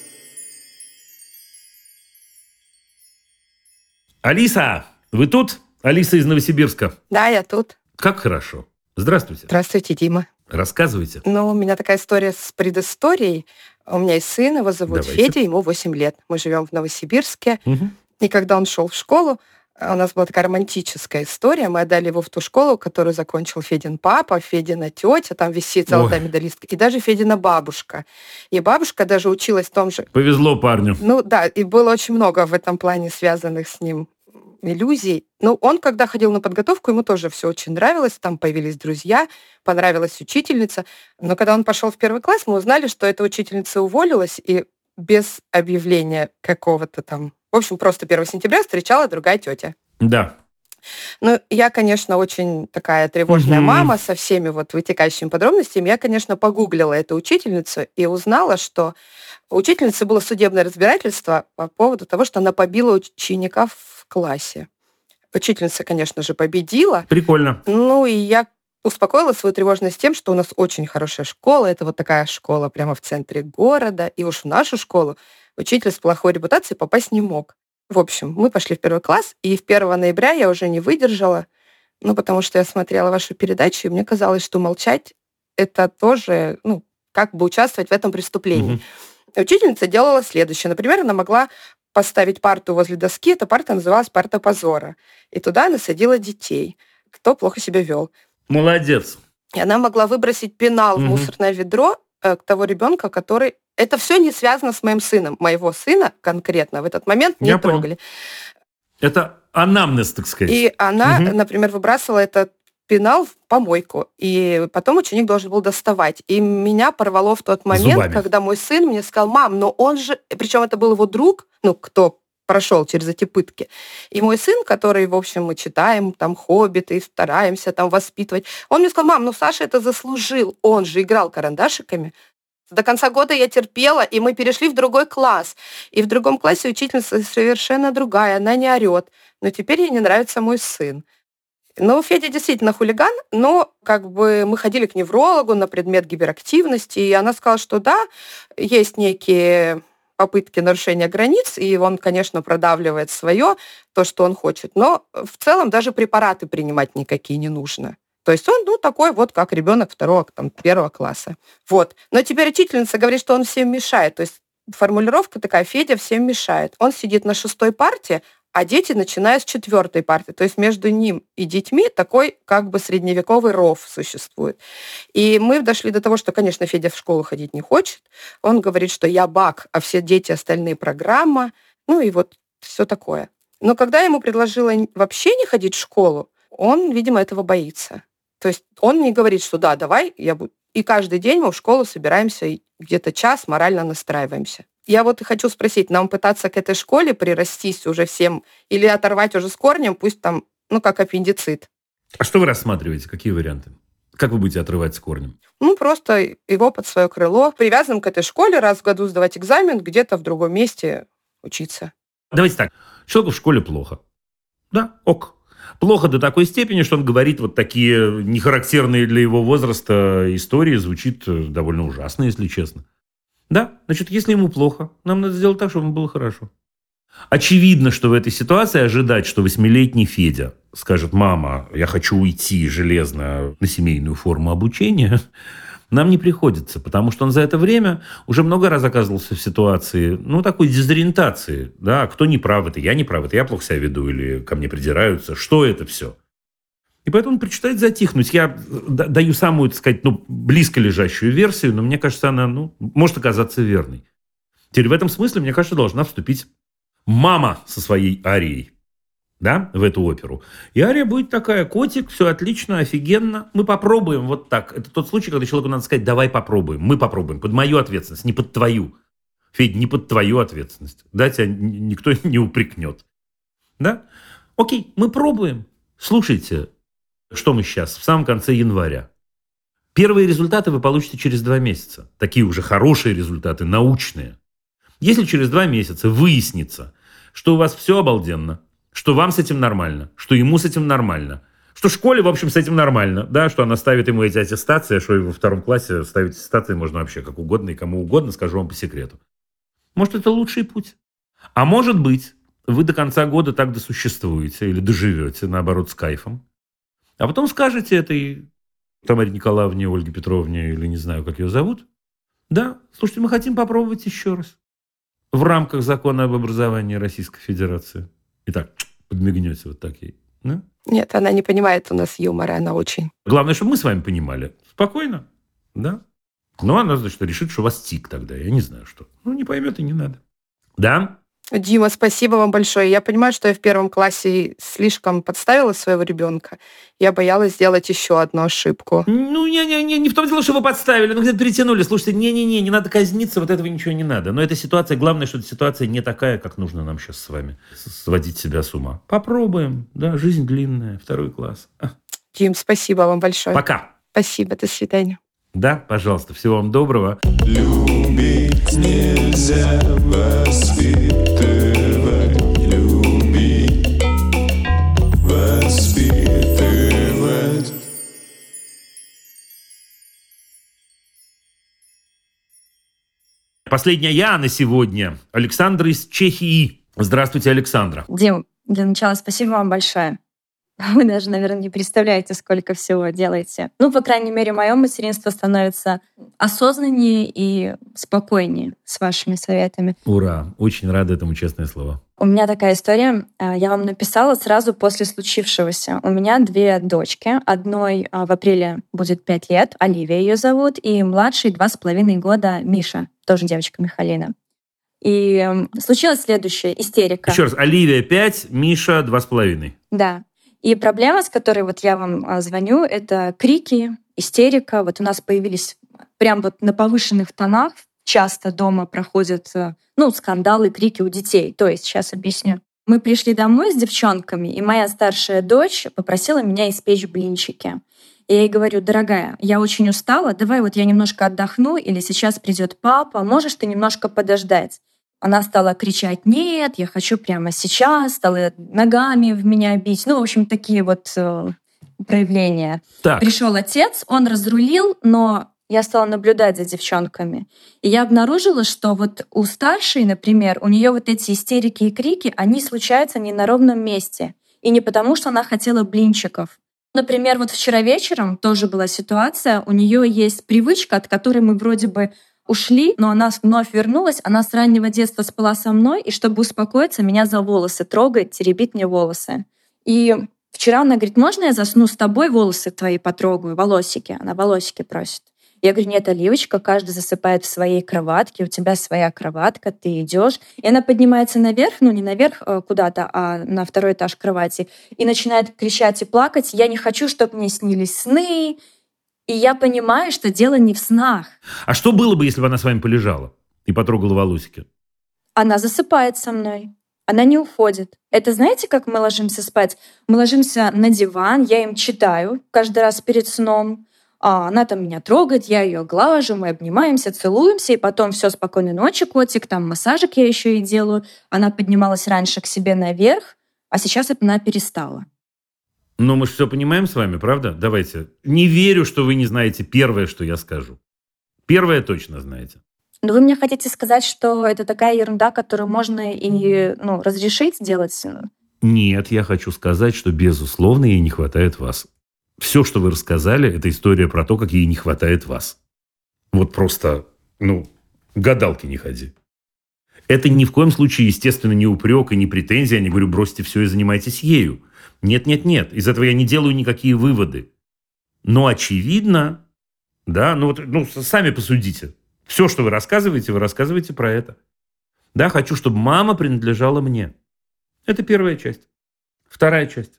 Алиса, вы тут? Алиса из Новосибирска. Да, я тут. Как хорошо. Здравствуйте. Здравствуйте, Дима. Рассказывайте. Ну, у меня такая история с предысторией. У меня есть сын, его зовут Давайте. Федя, ему 8 лет. Мы живем в Новосибирске. Мгм. И когда он шел в школу, у нас была такая романтическая история. Мы отдали его в ту школу, которую закончил Федин папа, Федина тетя, там висит золотая медалистка, и даже Федина бабушка. И бабушка даже училась в том же... Повезло парню. Ну да, и было очень много в этом плане связанных с ним иллюзий. Ну, он, когда ходил на подготовку, ему тоже все очень нравилось. Там появились друзья, понравилась учительница. Но когда он пошел в 1 класс, мы узнали, что эта учительница уволилась, и без объявления какого-то там... В общем, просто 1 сентября встречала другая тетя. Да. Ну, я, конечно, очень такая тревожная мама со всеми вот вытекающими подробностями. Я, конечно, погуглила эту учительницу и узнала, что у учительницы было судебное разбирательство по поводу того, что она побила ученика в классе. Учительница, конечно же, победила. Прикольно. Ну, и я успокоила свою тревожность тем, что у нас очень хорошая школа. Это вот такая школа прямо в центре города. И уж в нашу школу учитель с плохой репутацией попасть не мог. В общем, мы пошли в 1 класс, и в 1 ноября я уже не выдержала, потому что я смотрела вашу передачу, и мне казалось, что молчать — это тоже, как бы участвовать в этом преступлении. Учительница делала следующее. Например, она могла поставить парту возле доски, эта парта называлась парта позора. И туда она садила детей, кто плохо себя вел. Молодец. И она могла выбросить пенал в мусорное ведро того ребенка, который... Это все не связано с моим сыном. Моего сына конкретно в этот момент не трогали. Это анамнез, так сказать. И она, например, выбрасывала этот пенал в помойку. И потом ученик должен был доставать. И меня порвало в тот момент, Зубами. когда мой сын мне сказал: мам, но он же... Причем это был его друг, кто прошел через эти пытки. И мой сын, который, в общем, мы читаем там «Хоббиты» и стараемся там воспитывать, он мне сказал: мам, Саша это заслужил. Он же играл карандашиками. До конца года я терпела, и мы перешли в другой класс. И в другом классе учительница совершенно другая, она не орет. Но теперь ей не нравится мой сын. Федя действительно хулиган, но мы ходили к неврологу на предмет гиперактивности, и она сказала, что да, есть некие попытки нарушения границ, и он, конечно, продавливает свое, то, что он хочет. Но в целом даже препараты принимать никакие не нужно. То есть он, такой вот, как ребенок 1 класса. Вот. Но теперь учительница говорит, что он всем мешает. То есть формулировка такая: Федя всем мешает. Он сидит на 6-й парте, а дети начинают с 4-й парты. То есть между ним и детьми такой средневековый ров существует. И мы дошли до того, что, конечно, Федя в школу ходить не хочет. Он говорит, что я бак, а все дети остальные программа. И вот все такое. Но когда я ему предложила вообще не ходить в школу, он, видимо, этого боится. То есть он мне говорит, что да, давай, я буду. И каждый день мы в школу собираемся и где-то час морально настраиваемся. Я вот и хочу спросить, нам пытаться к этой школе прирастись уже всем или оторвать уже с корнем, пусть там, как аппендицит? А что вы рассматриваете? Какие варианты? Как вы будете отрывать с корнем? Просто его под свое крыло, привязанным к этой школе, раз в году сдавать экзамен, где-то в другом месте учиться. Давайте так. Человеку в школе плохо. Да, ок. Плохо до такой степени, что он говорит вот такие нехарактерные для его возраста истории. Звучит довольно ужасно, если честно. Да, значит, если ему плохо, нам надо сделать так, чтобы ему было хорошо. Очевидно, что в этой ситуации ожидать, что 8-летний Федя скажет: «Мама, я хочу уйти железно на семейную форму обучения», нам не приходится, потому что он за это время уже много раз оказывался в ситуации, такой дезориентации. Да, кто не прав, это я не прав, это я плохо себя веду или ко мне придираются. Что это все? И поэтому он предпочитает затихнуть. Я даю самую, так сказать, близко лежащую версию, но мне кажется, она, может оказаться верной. Теперь в этом смысле, мне кажется, должна вступить мама со своей арией, да, в эту оперу. И ария будет такая: котик, все отлично, офигенно, мы попробуем вот так. Это тот случай, когда человеку надо сказать: давай попробуем, мы попробуем, под мою ответственность, не под твою. Федь, не под твою ответственность. Да, тебя никто не упрекнет. Да? Окей, мы пробуем. Слушайте, что мы сейчас, в самом конце января. Первые результаты вы получите через 2 месяца. Такие уже хорошие результаты, научные. Если через 2 месяца выяснится, что у вас все обалденно, что вам с этим нормально, что ему с этим нормально, что школе, в общем, с этим нормально, да, что она ставит ему эти аттестации, что и во 2 классе ставить аттестации можно вообще как угодно и кому угодно, скажу вам по секрету. Может, это лучший путь. А может быть, вы до конца года так досуществуете или доживете, наоборот, с кайфом. А потом скажете этой Тамаре Николаевне, Ольге Петровне, или не знаю, как ее зовут: да, слушайте, мы хотим попробовать еще раз. В рамках закона об образовании Российской Федерации. И так подмигнете вот так ей. Да? Нет, она не понимает у нас юмора, она очень. Главное, чтобы мы с вами понимали. Спокойно. Да? Но она, значит, решит, что у вас тик тогда. Я не знаю, что. Не поймет и не надо. Да? Дима, спасибо вам большое. Я понимаю, что я в 1 классе слишком подставила своего ребенка. Я боялась сделать еще одну ошибку. Не в том дело, что вы подставили, где-то перетянули. Слушайте, не надо казниться, вот этого ничего не надо. Но эта ситуация, главное, что эта ситуация не такая, как нужно нам сейчас с вами сводить себя с ума. Попробуем, да, жизнь длинная, 2 класс. Дим, спасибо вам большое. Пока. Спасибо, до свидания. Да, пожалуйста, всего вам доброго. Любить нельзя воспитывать, любить, воспитывать. Последняя я на сегодня. Александра из Чехии. Здравствуйте, Александра. Дим, для начала спасибо вам большое. Вы даже, наверное, не представляете, сколько всего делаете. По крайней мере, мое материнство становится осознаннее и спокойнее с вашими советами. Ура! Очень рада этому, честное слово. У меня такая история. Я вам написала сразу после случившегося. У меня 2 дочки. Одной в апреле будет 5 лет, Оливия ее зовут, и младшей 2,5 года Миша, тоже девочка Михалина. И случилась следующая истерика. Еще раз, Оливия 5, Миша 2,5. Да. И проблема, с которой я вам звоню, это крики, истерика. У нас появились прям на повышенных тонах. Часто дома проходят скандалы, крики у детей. То есть, сейчас объясню. Мы пришли домой с девчонками, и моя старшая дочь попросила меня испечь блинчики. И я ей говорю: дорогая, я очень устала, давай я немножко отдохну, или сейчас придет папа, можешь ты немножко подождать? Она стала кричать: нет, я хочу прямо сейчас, стала ногами в меня бить. В общем, такие проявления. Так. Пришел отец, он разрулил, но я стала наблюдать за девчонками. И я обнаружила, что у старшей, например, у нее эти истерики и крики, они случаются не на ровном месте. И не потому, что она хотела блинчиков. Например, вчера вечером тоже была ситуация, у нее есть привычка, от которой мы вроде бы ушли, но она вновь вернулась, она с раннего детства спала со мной, и чтобы успокоиться, меня за волосы трогает, теребит мне волосы. И вчера она говорит: можно я засну с тобой, волосы твои потрогаю, волосики? Она волосики просит. Я говорю: нет, Оливочка, каждый засыпает в своей кроватке, у тебя своя кроватка, ты идешь. И она поднимается наверх, не наверх куда-то, а на 2 этаж кровати, и начинает кричать и плакать: я не хочу, чтобы мне снились сны. И я понимаю, что дело не в снах. А что было бы, если бы она с вами полежала и потрогала волосики? она засыпает со мной. Она не уходит. Это знаете, как мы ложимся спать? Мы ложимся на диван, я им читаю каждый раз перед сном. Она там меня трогает, я ее глажу, мы обнимаемся, целуемся, и потом все, спокойной ночи, котик, там массажик я еще и делаю. Она поднималась раньше к себе наверх, а сейчас она перестала. Но мы же все понимаем с вами, правда? Давайте. Не верю, что вы не знаете первое, что я скажу. Первое точно знаете. Но вы мне хотите сказать, что это такая ерунда, которую можно и разрешить делать? Нет, я хочу сказать, что, безусловно, ей не хватает вас. Все, что вы рассказали, это история про то, как ей не хватает вас. Вот просто, гадалки не ходи. Это ни в коем случае, естественно, не упрек и не претензия. Я не говорю, бросьте все и занимайтесь ею. Нет. Из этого я не делаю никакие выводы. Но очевидно, да, сами посудите. Все, что вы рассказываете про это. Да, хочу, чтобы мама принадлежала мне. Это первая часть. Вторая часть.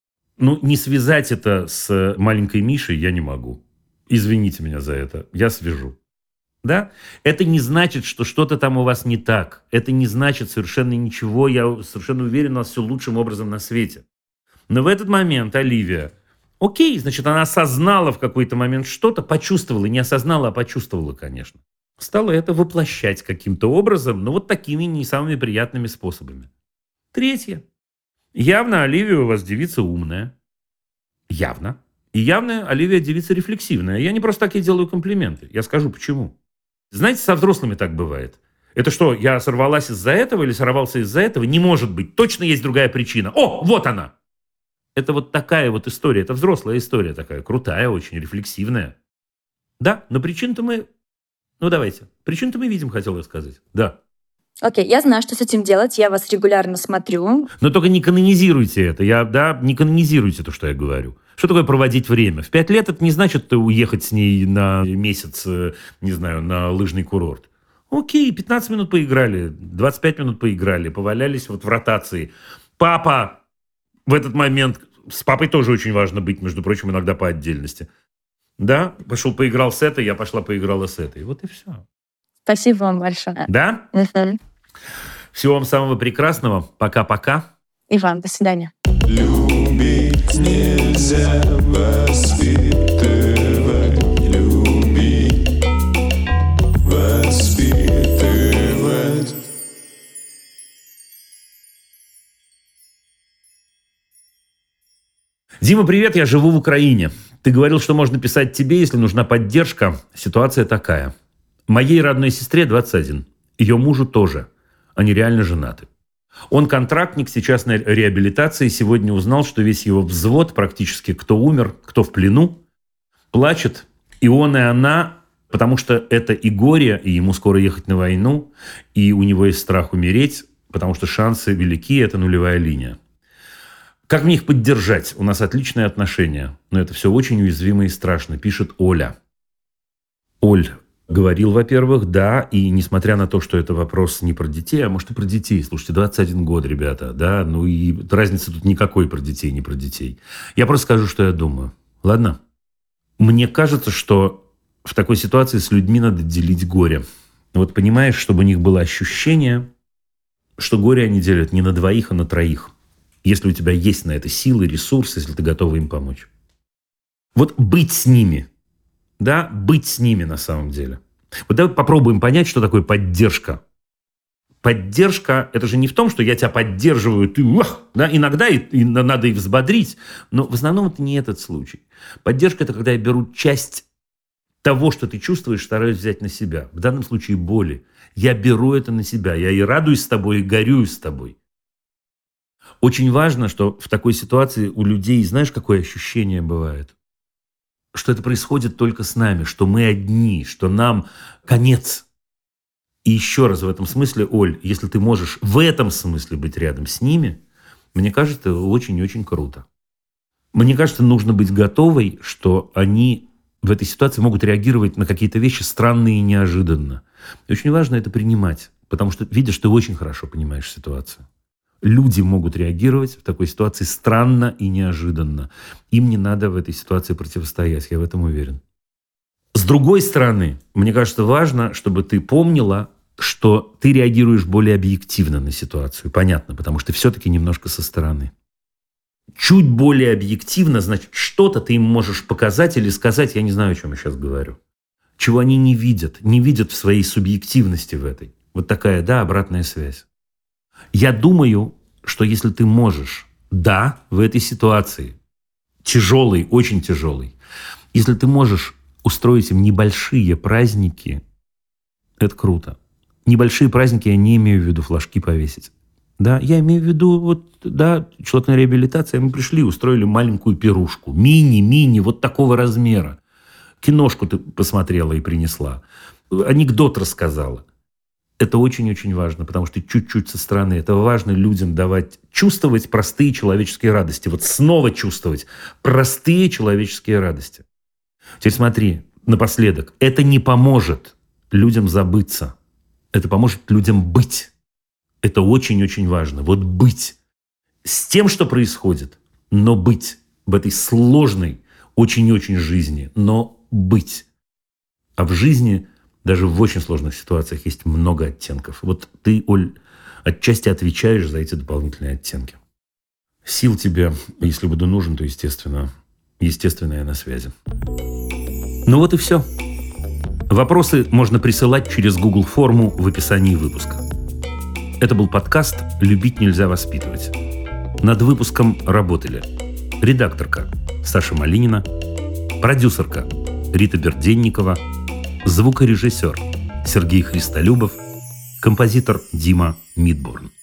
Не связать это с маленькой Мишей я не могу. Извините меня за это. Я свяжу. Да? Это не значит, что что-то там у вас не так. Это не значит совершенно ничего. Я совершенно уверен, у вас все лучшим образом на свете. Но в этот момент Оливия, значит, она осознала в какой-то момент что-то, почувствовала. Не осознала, а почувствовала, конечно. Стала это воплощать каким-то образом, такими не самыми приятными способами. Третье. Явно Оливия у вас девица умная. Явно. И явно Оливия девица рефлексивная. Я не просто так ей делаю комплименты. Я скажу, почему. Знаете, со взрослыми так бывает. Это что, я сорвалась из-за этого или сорвался из-за этого? Не может быть. Точно есть другая причина. О, вот она! Это вот такая вот история. Это взрослая история такая. Крутая, очень рефлексивная. Да, но причин-то мы... Причин-то мы видим, хотел я сказать. Да. Окей, я знаю, что с этим делать. Я вас регулярно смотрю. Но только не канонизируйте это. Не канонизируйте то, что я говорю. Что такое проводить время? В 5 лет это не значит уехать с ней на месяц, на лыжный курорт. Окей, 15 минут поиграли, 25 минут поиграли, повалялись в ротации. Папа в этот момент... С папой тоже очень важно быть, между прочим, иногда по отдельности. Да, пошел поиграл с этой, я пошла поиграла с этой. Вот и все. Спасибо вам большое. Да? Угу. Всего вам самого прекрасного. Пока-пока. И вам. До свидания. Любить нельзя воспитывать. Любить, воспитывать. Дима, привет, я живу в Украине. Ты говорил, что можно писать тебе, если нужна поддержка. Ситуация такая. Моей родной сестре 21. Ее мужу тоже. Они реально женаты. Он контрактник, сейчас на реабилитации. Сегодня узнал, что весь его взвод, практически кто умер, кто в плену, плачет. И он, и она, потому что это и горе, и ему скоро ехать на войну, и у него есть страх умереть, потому что шансы велики, это нулевая линия. Как мне их поддержать? У нас отличные отношения, но это все очень уязвимо и страшно, пишет Оля. Оль говорил, во-первых, да, и несмотря на то, что это вопрос не про детей, а может и про детей. Слушайте, 21 год, ребята, да, и разницы тут никакой про детей, не про детей. Я просто скажу, что я думаю. Ладно? Мне кажется, что в такой ситуации с людьми надо делить горе. Вот понимаешь, чтобы у них было ощущение, что горе они делят не на двоих, а на троих. Если у тебя есть на это силы, ресурсы, если ты готова им помочь. Вот быть с ними. Да, быть с ними на самом деле. Вот давай попробуем понять, что такое поддержка. Поддержка – это же не в том, что я тебя поддерживаю, ты, да, иногда и надо их взбодрить, но в основном это не этот случай. Поддержка – это когда я беру часть того, что ты чувствуешь, стараюсь взять на себя. В данном случае боли. Я беру это на себя. Я и радуюсь с тобой, и горюю с тобой. Очень важно, что в такой ситуации у людей, знаешь, какое ощущение бывает? Что это происходит только с нами, что мы одни, что нам конец. И еще раз в этом смысле, Оль, если ты можешь в этом смысле быть рядом с ними, мне кажется, это очень-очень круто. Мне кажется, нужно быть готовой, что они в этой ситуации могут реагировать на какие-то вещи странные и неожиданно. И очень важно это принимать, потому что, видишь, ты очень хорошо понимаешь ситуацию. Люди могут реагировать в такой ситуации странно и неожиданно. Им не надо в этой ситуации противостоять, я в этом уверен. С другой стороны, мне кажется, важно, чтобы ты помнила, что ты реагируешь более объективно на ситуацию. Понятно, потому что все-таки немножко со стороны. Чуть более объективно, значит, что-то ты им можешь показать или сказать, я не знаю, о чем я сейчас говорю, чего они не видят в своей субъективности в этой. Вот такая, да, обратная связь. Я думаю, что если ты можешь, да, в этой ситуации, тяжелой, очень тяжелой, если ты можешь устроить им небольшие праздники, это круто. Небольшие праздники я не имею в виду флажки повесить. Да, я имею в виду, вот, да, человек на реабилитации, мы пришли, устроили маленькую пирушку. Мини, вот такого размера. Киношку ты посмотрела и принесла. Анекдот рассказала. Это очень-очень важно, потому что чуть-чуть со стороны. Это важно людям давать, чувствовать простые человеческие радости. Вот снова чувствовать простые человеческие радости. Теперь смотри, напоследок. Это не поможет людям забыться. Это поможет людям быть. Это очень-очень важно. Вот быть с тем, что происходит, но быть в этой сложной, очень-очень жизни, но быть. А в жизни, даже в очень сложных ситуациях, есть много оттенков. Вот ты, Оль, отчасти отвечаешь за эти дополнительные оттенки. Сил тебе, если буду нужен, то естественно я на связи. Ну вот и все. Вопросы можно присылать через Google форму в описании выпуска. Это был подкаст «Любить нельзя воспитывать». Над выпуском работали редакторка Саша Малинина, продюсерка Рита Берденникова, звукорежиссер Сергей Христолюбов, композитор Дима Мидборн.